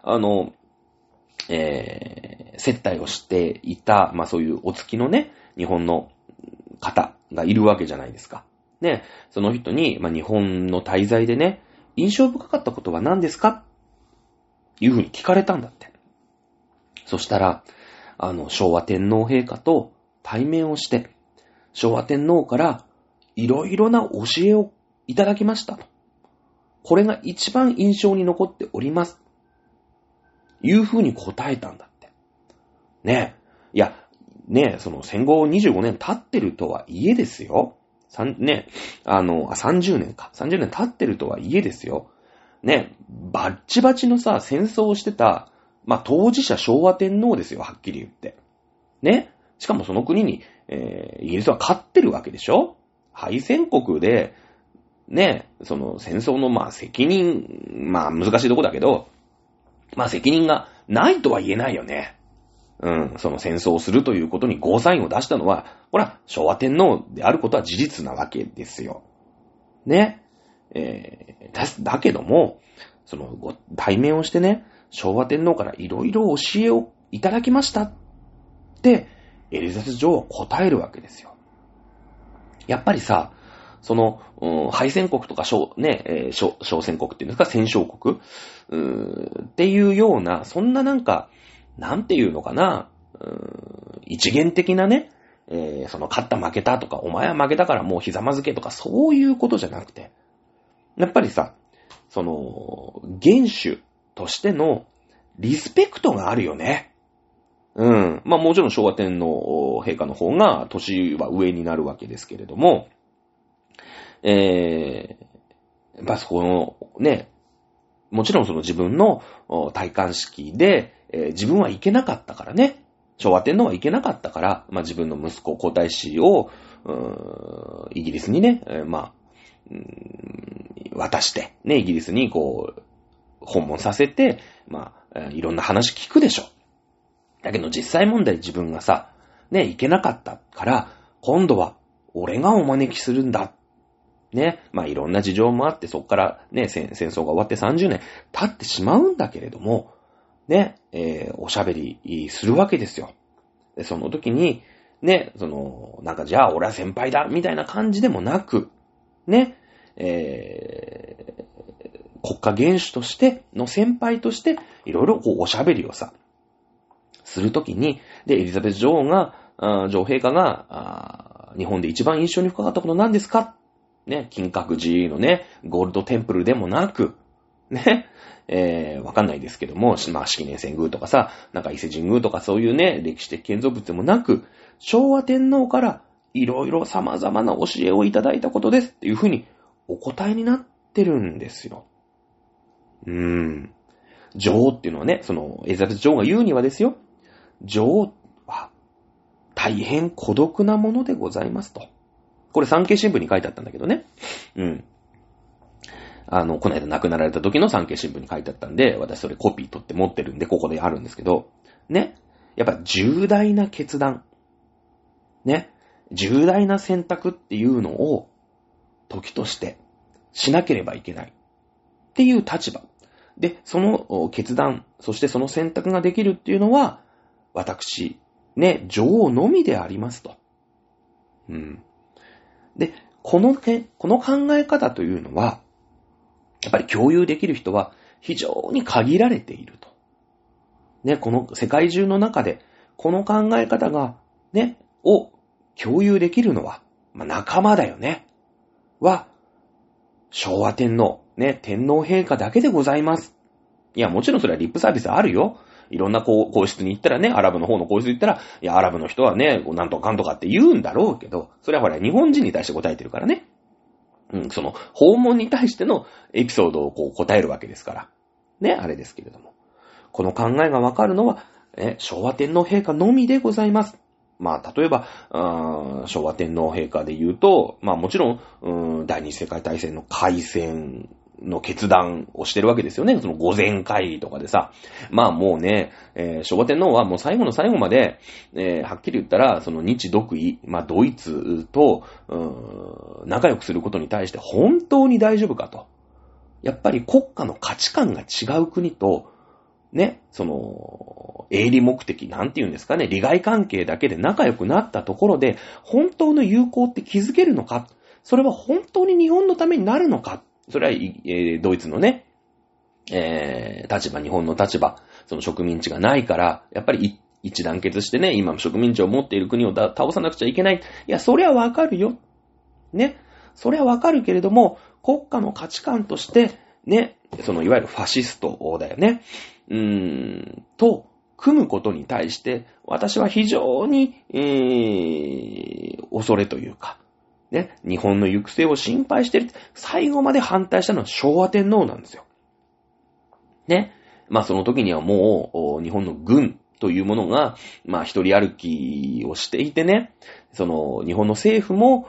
接待をしていた、そういうお付きのね、日本の方がいるわけじゃないですか。ね、その人に、日本の滞在でね、印象深かったことは何ですかいうふうに聞かれたんだって。そしたら、昭和天皇陛下と対面をして、昭和天皇からいろいろな教えをいただきました。これが一番印象に残っております。いうふうに答えたんだって。ねえ。いや、ねえ、戦後25年経ってるとはいえですよ。30年か。30年経ってるとはいえですよ。ね、バッチバチのさ、戦争をしてた、当事者昭和天皇ですよ、はっきり言って。ね。しかもその国に、イギリスは勝ってるわけでしょ？敗戦国で、ね、戦争の責任、難しいとこだけど、責任がないとは言えないよね。その戦争をするということにゴーサインを出したのは、ほら、昭和天皇であることは事実なわけですよ。ね。だけども、対面をしてね、昭和天皇からいろいろ教えをいただきましたって、エリザベス女王は答えるわけですよ。やっぱりさ、敗戦国とか小戦国っていうんですか、戦勝国っていうような、そんななんていうのかな、一元的なね、勝った負けたとか、お前は負けたからもうひざまずけとか、そういうことじゃなくて、やっぱりさ、元首としてのリスペクトがあるよね。まあもちろん昭和天皇陛下の方が年は上になるわけですけれども、やっぱそこのね、もちろんその自分の戴冠式で、自分は行けなかったからね。昭和天皇は行けなかったから、まあ自分の息子皇太子を、イギリスにね、渡して、ね、イギリスにこう、訪問させて、まあ、いろんな話聞くでしょ。だけど実際問題自分がさ、ね、行けなかったから、今度は俺がお招きするんだ。ね、まあいろんな事情もあって、そこからね、戦争が終わって30年経ってしまうんだけれども、ね、おしゃべりするわけですよ。で、その時に、ね、なんかじゃあ俺は先輩だ、みたいな感じでもなく、ね、国家元首としての先輩として、いろいろこうおしゃべりをさ、するときに、で、エリザベス女王陛下が、日本で一番印象に深かったこと何ですか？ね、金閣寺のね、ゴールドテンプルでもなく、ね、わかんないですけども、まあ、式年遷宮とかさ、なんか伊勢神宮とかそういうね、歴史的建造物でもなく、昭和天皇からいろいろ様々な教えをいただいたことですっていうふうにお答えになってるんですよ。女王っていうのはね、エリザベス女王が言うにはですよ、女王は大変孤独なものでございますと。これ産経新聞に書いてあったんだけどね。この間亡くなられた時の産経新聞に書いてあったんで、私それコピー取って持ってるんで、ここであるんですけど、ね。やっぱ重大な決断。ね。重大な選択っていうのを、時としてしなければいけない。っていう立場。で、その決断、そしてその選択ができるっていうのは、私、ね、女王のみでありますと。で、この考え方というのは、やっぱり共有できる人は非常に限られていると。ね、この世界中の中で、この考え方が、ね、を共有できるのは、まあ、仲間だよね。は、昭和天皇、ね、天皇陛下だけでございます。いや、もちろんそれはリップサービスあるよ。いろんな皇室に行ったらね、アラブの方の皇室に行ったら、いや、アラブの人はね、なんとかかんとかって言うんだろうけど、それはほら、日本人に対して答えてるからね。その、訪問に対してのエピソードをこう答えるわけですから。ね、あれですけれども。この考えがわかるのは、昭和天皇陛下のみでございます。まあ、例えば、昭和天皇陛下で言うと、まあもちろん、第二次世界大戦の開戦の決断をしてるわけですよね。その御前会議とかでさ。まあもうね、昭和天皇はもう最後の最後まで、はっきり言ったら、その日独伊、まあドイツと、仲良くすることに対して本当に大丈夫かと。やっぱり国家の価値観が違う国と、ね、営利目的、なんて言うんですかね、利害関係だけで仲良くなったところで、本当の友好って築けるのか、それは本当に日本のためになるのか、それは、ドイツのね、立場、日本の立場、その植民地がないから、やっぱり一致団結してね、今植民地を持っている国を倒さなくちゃいけない。いや、そりゃわかるよ。ね。そりゃわかるけれども、国家の価値観として、ね、いわゆるファシストだよね。と、組むことに対して、私は非常に、恐れというか、ね、日本の行く末を心配している。最後まで反対したのは昭和天皇なんですよ。ね。まあその時にはもう、日本の軍というものが、まあ一人歩きをしていてね、日本の政府も、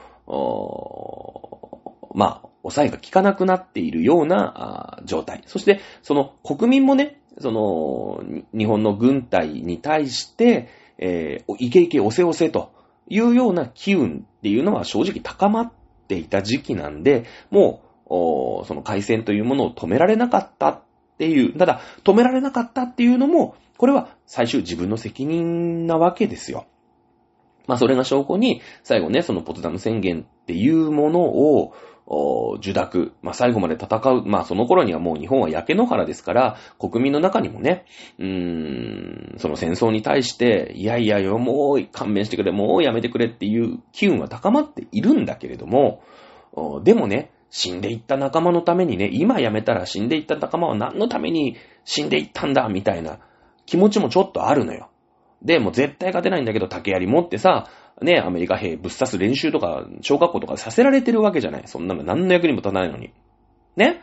まあ、抑えが効かなくなっているような状態。そして、国民もね、日本の軍隊に対して、イケイケ押せ押せというような機運っていうのは正直高まっていた時期なんで、もう、その開戦というものを止められなかったっていう、ただ、止められなかったっていうのも、これは最終自分の責任なわけですよ。まあそれが証拠に、最後ね、そのポツダム宣言っていうものを、受諾。まあ、最後まで戦う。まあ、その頃にはもう日本は焼け野原ですから、国民の中にもね、その戦争に対して、いやいやよ、もう勘弁してくれ、もうやめてくれっていう機運は高まっているんだけれども、でもね、 死んでいった仲間のためにね、今辞めたら死んでいった仲間は何のために死んでいったんだみたいな気持ちもちょっとあるのよ。で、もう絶対勝てないんだけど竹槍持ってさ、ね、アメリカ兵ぶっ刺す練習とか、小学校とかさせられてるわけじゃない。そんなの何の役にも立たないのに。ね。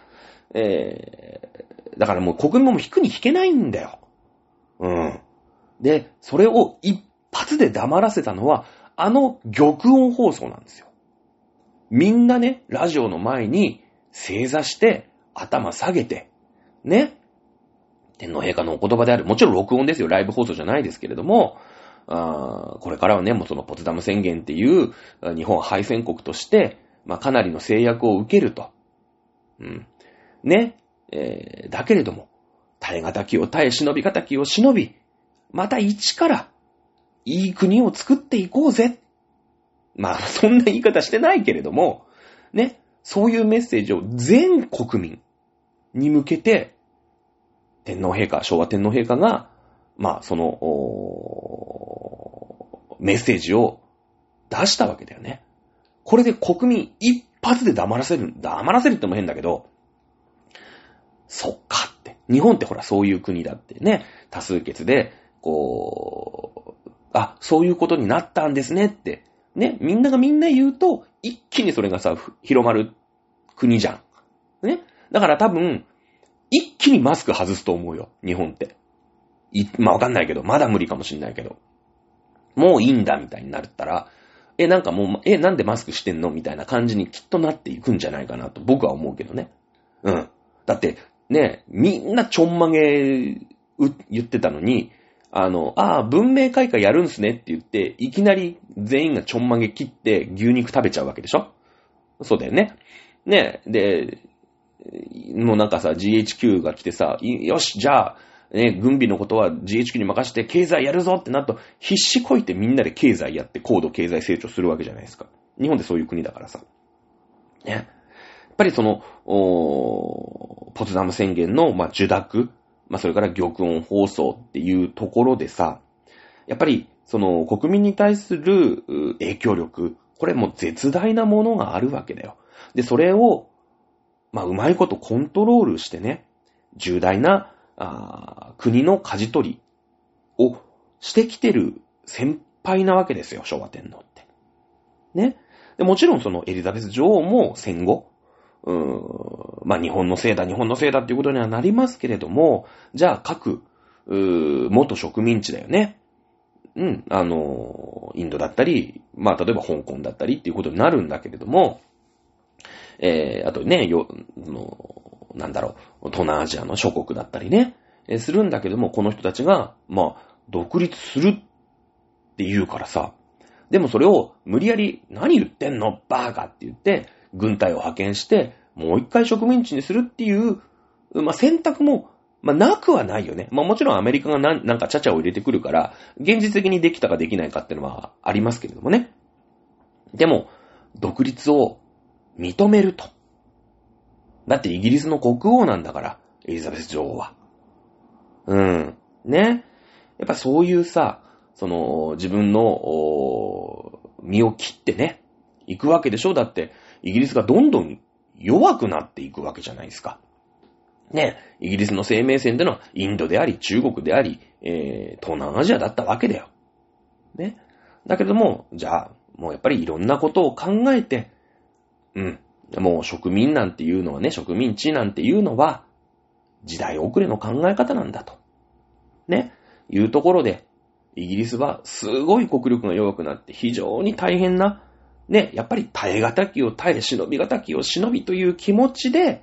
だからもう国民も引くに引けないんだよ。うん。で、それを一発で黙らせたのは、あの玉音放送なんですよ。みんなね、ラジオの前に正座して、頭下げて、ね。天皇陛下のお言葉である。もちろん録音ですよ。ライブ放送じゃないですけれども、これからはね、もうそのポツダム宣言っていう日本敗戦国として、まあかなりの制約を受けると。うん。ね。だけれども、耐え難きを耐え、忍び難きを忍び、また一からいい国を作っていこうぜ。まあそんな言い方してないけれども、ね。そういうメッセージを全国民に向けて、天皇陛下、昭和天皇陛下が、まあその、メッセージを出したわけだよね。これで国民一発で黙らせるっても変だけど、そっかって。日本ってほらそういう国だってね、多数決で、そういうことになったんですねって、ね、みんながみんな言うと、一気にそれがさ、広まる国じゃん。ね。だから多分、一気にマスク外すと思うよ、日本って。まあわかんないけど、まだ無理かもしんないけど。もういいんだみたいになったら、なんかもう、なんでマスクしてんのみたいな感じにきっとなっていくんじゃないかなと僕は思うけどね。うん。だって、ね、みんなちょんまげ言ってたのに、文明開化やるんすねって言って、いきなり全員がちょんまげ切って牛肉食べちゃうわけでしょ？そうだよね。ね、で、もうなんかさ、GHQ が来てさ、よし、じゃあ、ね、軍備のことは GHQ に任せて経済やるぞってなると、必死こいてみんなで経済やって高度経済成長するわけじゃないですか。日本ってそういう国だからさ。ね。やっぱりその、ポツダム宣言の、受諾、それから玉音放送っていうところでさ、やっぱり、その、国民に対する影響力、これも絶大なものがあるわけだよ。で、それを、うまいことコントロールしてね、重大な、国の舵取りをしてきてる先輩なわけですよ、昭和天皇って。ね。で、もちろんそのエリザベス女王も戦後、日本のせいだっていうことにはなりますけれども、じゃあ各、元植民地だよね。インドだったり、例えば香港だったりっていうことになるんだけれども、あとね、東南アジアの諸国だったりね、するんだけども、この人たちが、独立するって言うからさ、でもそれを無理やり、何言ってんのバーカって言って、軍隊を派遣して、もう一回植民地にするっていう、選択も、なくはないよね。もちろんアメリカがなんかチャチャを入れてくるから、現実的にできたかできないかっていうのはありますけれどもね。でも、独立を認めると。だってイギリスの国王なんだから、エリザベス女王は。ね。やっぱそういうさ、自分の身を切ってね、行くわけでしょ。だって、イギリスがどんどん弱くなっていくわけじゃないですか。ね。イギリスの生命線ってのは、インドであり、中国であり、東南アジアだったわけだよ。ね。だけども、じゃあ、もうやっぱりいろんなことを考えて、もう植民なんていうのはね、植民地なんていうのは、時代遅れの考え方なんだと。ね。いうところで、イギリスはすごい国力が弱くなって非常に大変な、ね、やっぱり耐え難きを耐え、忍び難きを忍びという気持ちで、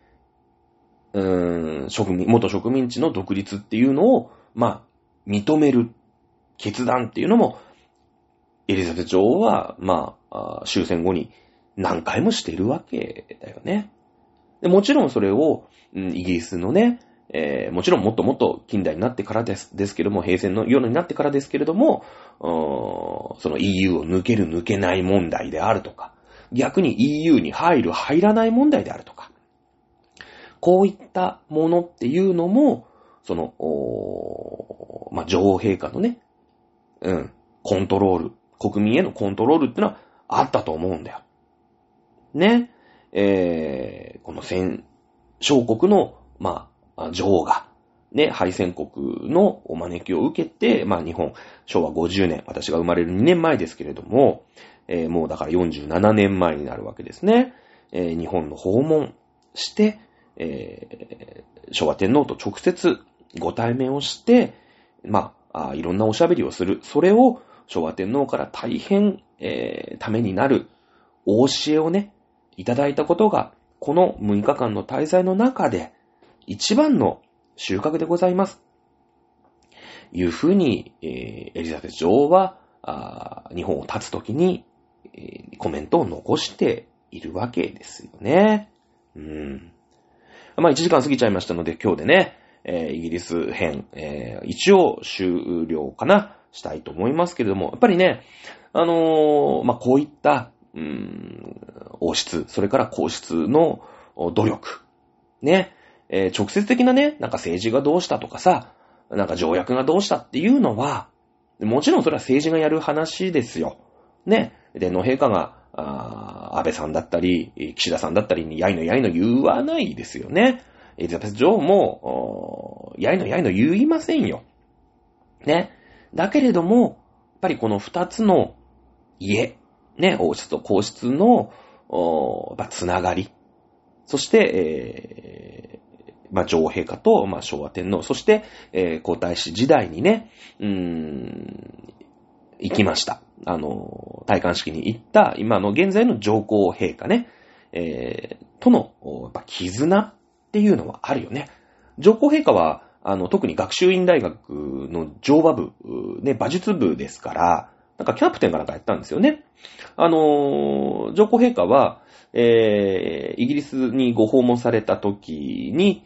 元植民地の独立っていうのを、認める決断っていうのも、エリザベス女王は、終戦後に何回もしているわけだよね。でもちろんそれを、イギリスのね、もちろんもっともっと近代になってからですけども、平成の世になってからですけれども、その EU を抜ける抜けない問題であるとか、逆に EU に入る入らない問題であるとか、こういったものっていうのも、その、女王陛下のね、コントロール、国民へのコントロールってのはあったと思うんだよ。ね。 この戦勝国の、女王が、ね、敗戦国のお招きを受けて、日本、昭和50年、私が生まれる2年前ですけれども、もうだから47年前になるわけですね。日本の訪問して、昭和天皇と直接ご対面をして、いろんなおしゃべりをする。それを昭和天皇から大変、ためになるお教えをね、いただいたことが、この6日間の滞在の中で一番の収穫でございます。いうふうに、エリザベス女王は日本を立つときに、コメントを残しているわけですよね。1時間過ぎちゃいましたので、今日でね、イギリス編、一応終了かな、したいと思いますけれども、やっぱりね、こういった、王室、それから皇室の努力、ね、直接的なね、政治がどうしたとかさ、条約がどうしたっていうのは、もちろんそれは政治がやる話ですよ。ね、天皇陛下が、安倍さんだったり、岸田さんだったりにやいの言わないですよね。エリザベス女王も、やいの言いませんよ。ね。だけれども、やっぱりこの二つの家、ね、王室と皇室の、つながり。そして、女王陛下と、昭和天皇、そして、皇太子時代にね、行きました。戴冠式に行った、今の現在の上皇陛下ね、との、絆っていうのはあるよね。上皇陛下は、特に学習院大学の乗馬部、ね、馬術部ですから、キャプテンかなんかやったんですよね。上皇陛下は、イギリスにご訪問された時に、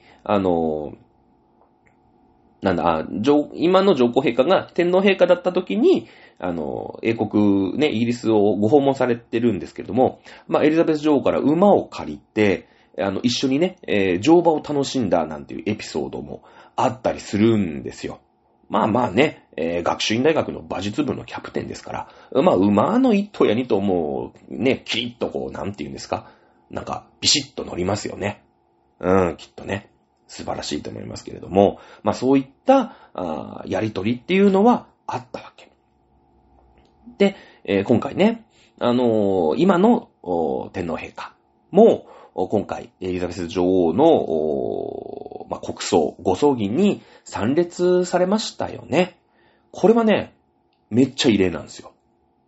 今の上皇陛下が天皇陛下だった時に、英国ね、イギリスをご訪問されてるんですけれども、エリザベス女王から馬を借りて、一緒にね、乗馬を楽しんだなんていうエピソードもあったりするんですよ。ね、学習院大学の馬術部のキャプテンですから、馬の一頭や二頭もね、キリッとこう、なんていうんですか、ビシッと乗りますよね。きっとね、素晴らしいと思いますけれども、そういったやりとりっていうのはあったわけ。で、今回ね、今の天皇陛下も、今回、エリザベス女王の、国葬、ご葬儀に参列されましたよね。これはね、めっちゃ異例なんですよ。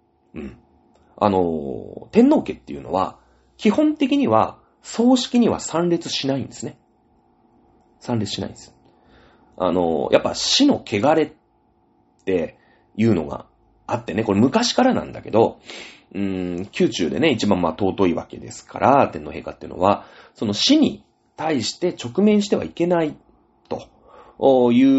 天皇家っていうのは、基本的には、葬式には参列しないんですね。参列しないんです。やっぱ死の汚れっていうのがあってね、これ昔からなんだけど、宮中でね、一番尊いわけですから、天皇陛下っていうのは、その死に対して直面してはいけないという、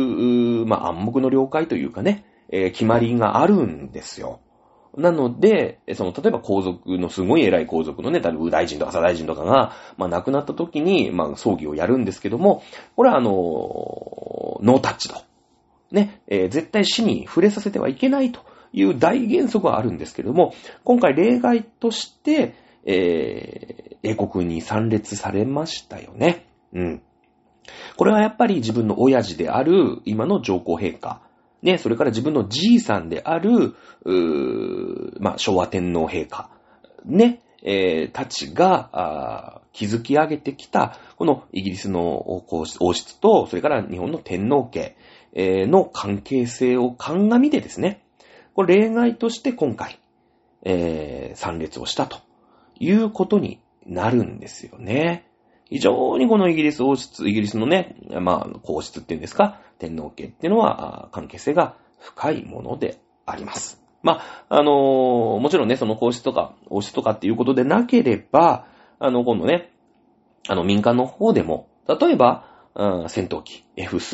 暗黙の了解というかね、決まりがあるんですよ。なので、例えば皇族のすごい偉い皇族のね、例えば右大臣とか左大臣とかが、亡くなった時に、葬儀をやるんですけども、これはノータッチと。ね、絶対死に触れさせてはいけないという大原則はあるんですけども、今回例外として、英国に参列されましたよね。これはやっぱり自分の親父である今の上皇陛下、ね、それから自分のじいさんである、昭和天皇陛下、ね、たちが、築き上げてきた、このイギリスの王室と、それから日本の天皇家、の関係性を鑑みてですね、これ例外として今回、参列をしたということになるんですよね。非常にこのイギリス王室、イギリスのね、皇室っていうんですか、天皇家っていうのは関係性が深いものであります。もちろんね、その皇室とか王室とかっていうことでなければ、今度ね、民間の方でも、例えば、戦闘機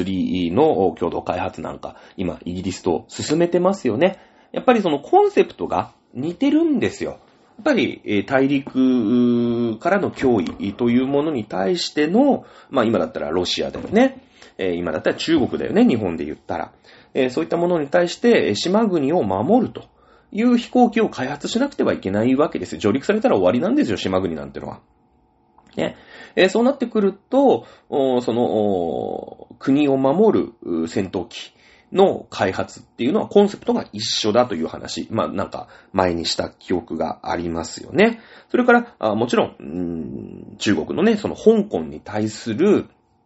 F3 の共同開発なんか、今イギリスと進めてますよね。やっぱりそのコンセプトが似てるんですよ。やっぱり大陸からの脅威というものに対しての、今だったらロシアだよね。今だったら中国だよね、日本で言ったら。そういったものに対して島国を守るという飛行機を開発しなくてはいけないわけですよ。上陸されたら終わりなんですよ、島国なんてのは。 ね。そうなってくると、国を守る戦闘機の開発っていうのはコンセプトが一緒だという話。なんか前にした記憶がありますよね。それから、もちろん、中国のね、その香港に対する、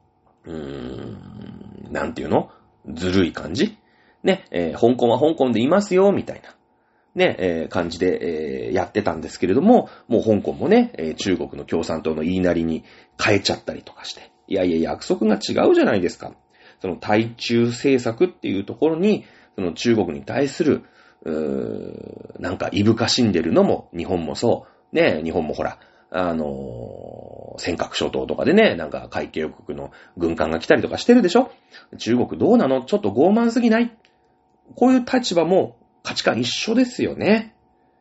なんていうの？ずるい感じ？ね、香港は香港でいますよ、みたいな。ね、感じで、やってたんですけれども、もう香港もね、中国の共産党の言いなりに変えちゃったりとかして。いやいや、約束が違うじゃないですか。その対中政策っていうところに、その中国に対する、なんかいぶかしんでるのも日本もそう。ね、日本もほら、尖閣諸島とかでね、なんか海警国の軍艦が来たりとかしてるでしょ？中国どうなの？ちょっと傲慢すぎない？こういう立場も価値観一緒ですよね。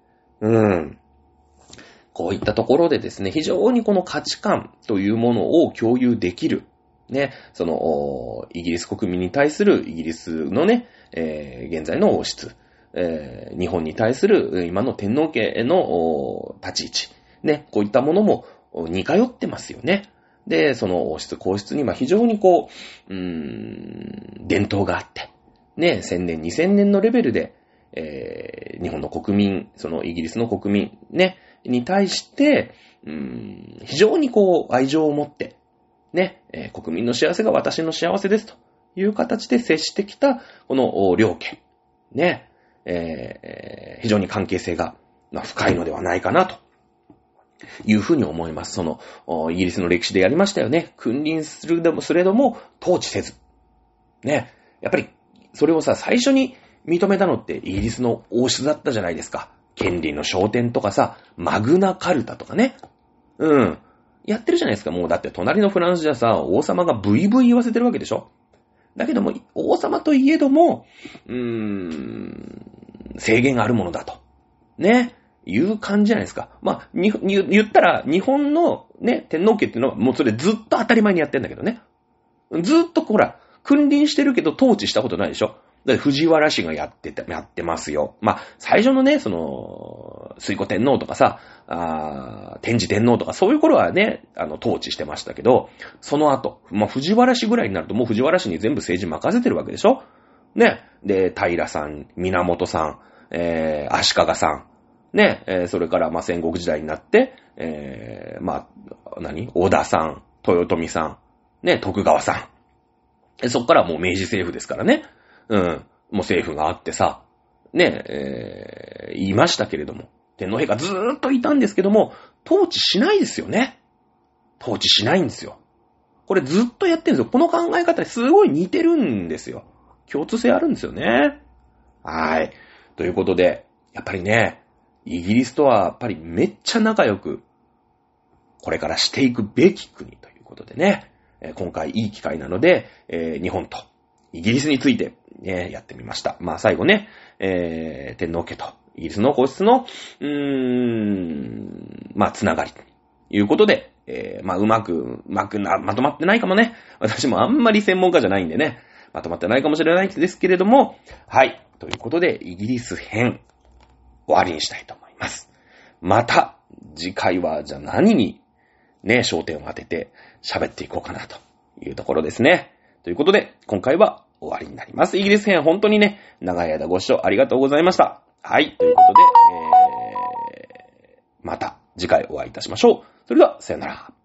こういったところでですね、非常にこの価値観というものを共有できる。ね、その、イギリス国民に対するイギリスのね、現在の王室、日本に対する今の天皇家の立ち位置、ね、こういったものも似通ってますよね。で、その王室、皇室に非常に伝統があって、ね、1000年、2000年のレベルで、日本の国民、そのイギリスの国民、ね、に対して、非常に愛情を持って、ね、国民の幸せが私の幸せですという形で接してきた、この両家、ね、非常に関係性が深いのではないかなというふうに思います。その、イギリスの歴史でやりましたよね。君臨すれども統治せず。ね、やっぱり、それを最初に認めたのってイギリスの王室だったじゃないですか。権利の昇天とかマグナカルタとかね。やってるじゃないですか。もうだって隣のフランスじゃ王様がブイブイ言わせてるわけでしょ。だけども、王様といえども、制限があるものだと。ね。いう感じじゃないですか。言ったら、日本のね、天皇家っていうのはもうそれずっと当たり前にやってんだけどね。ずっと君臨してるけど統治したことないでしょ。だって藤原氏がやってますよ。最初のね、推古天皇とか天智天皇とかそういう頃はね、統治してましたけど、その後、藤原氏ぐらいになるともう藤原氏に全部政治任せてるわけでしょ。ね。で、平さん、源さん、足利さん、ね、それから戦国時代になって、織田さん、豊臣さん、ね、徳川さん。そっからもう明治政府ですからね。もう政府があって言いましたけれども、天皇陛下ずーっといたんですけども、統治しないですよね。統治しないんですよ。これずっとやってるんですよ。この考え方にすごい似てるんですよ。共通性あるんですよね。はい。ということで、やっぱりね、イギリスとはやっぱりめっちゃ仲良く、これからしていくべき国ということでね、今回いい機会なので、日本とイギリスについて、やってみました。最後ね、天皇家とイギリスの皇室の、つながりということで、うまくまとまってないかもね。私もあんまり専門家じゃないんでね、まとまってないかもしれないですけれども、はい。ということで、イギリス編、終わりにしたいと思います。また、次回は、じゃあ何に、ね、焦点を当てて喋っていこうかなというところですね。ということで、今回は終わりになります。イギリス編、本当にね、長い間ご視聴ありがとうございました。はい。ということで、また次回お会いいたしましょう。それでは、さよなら。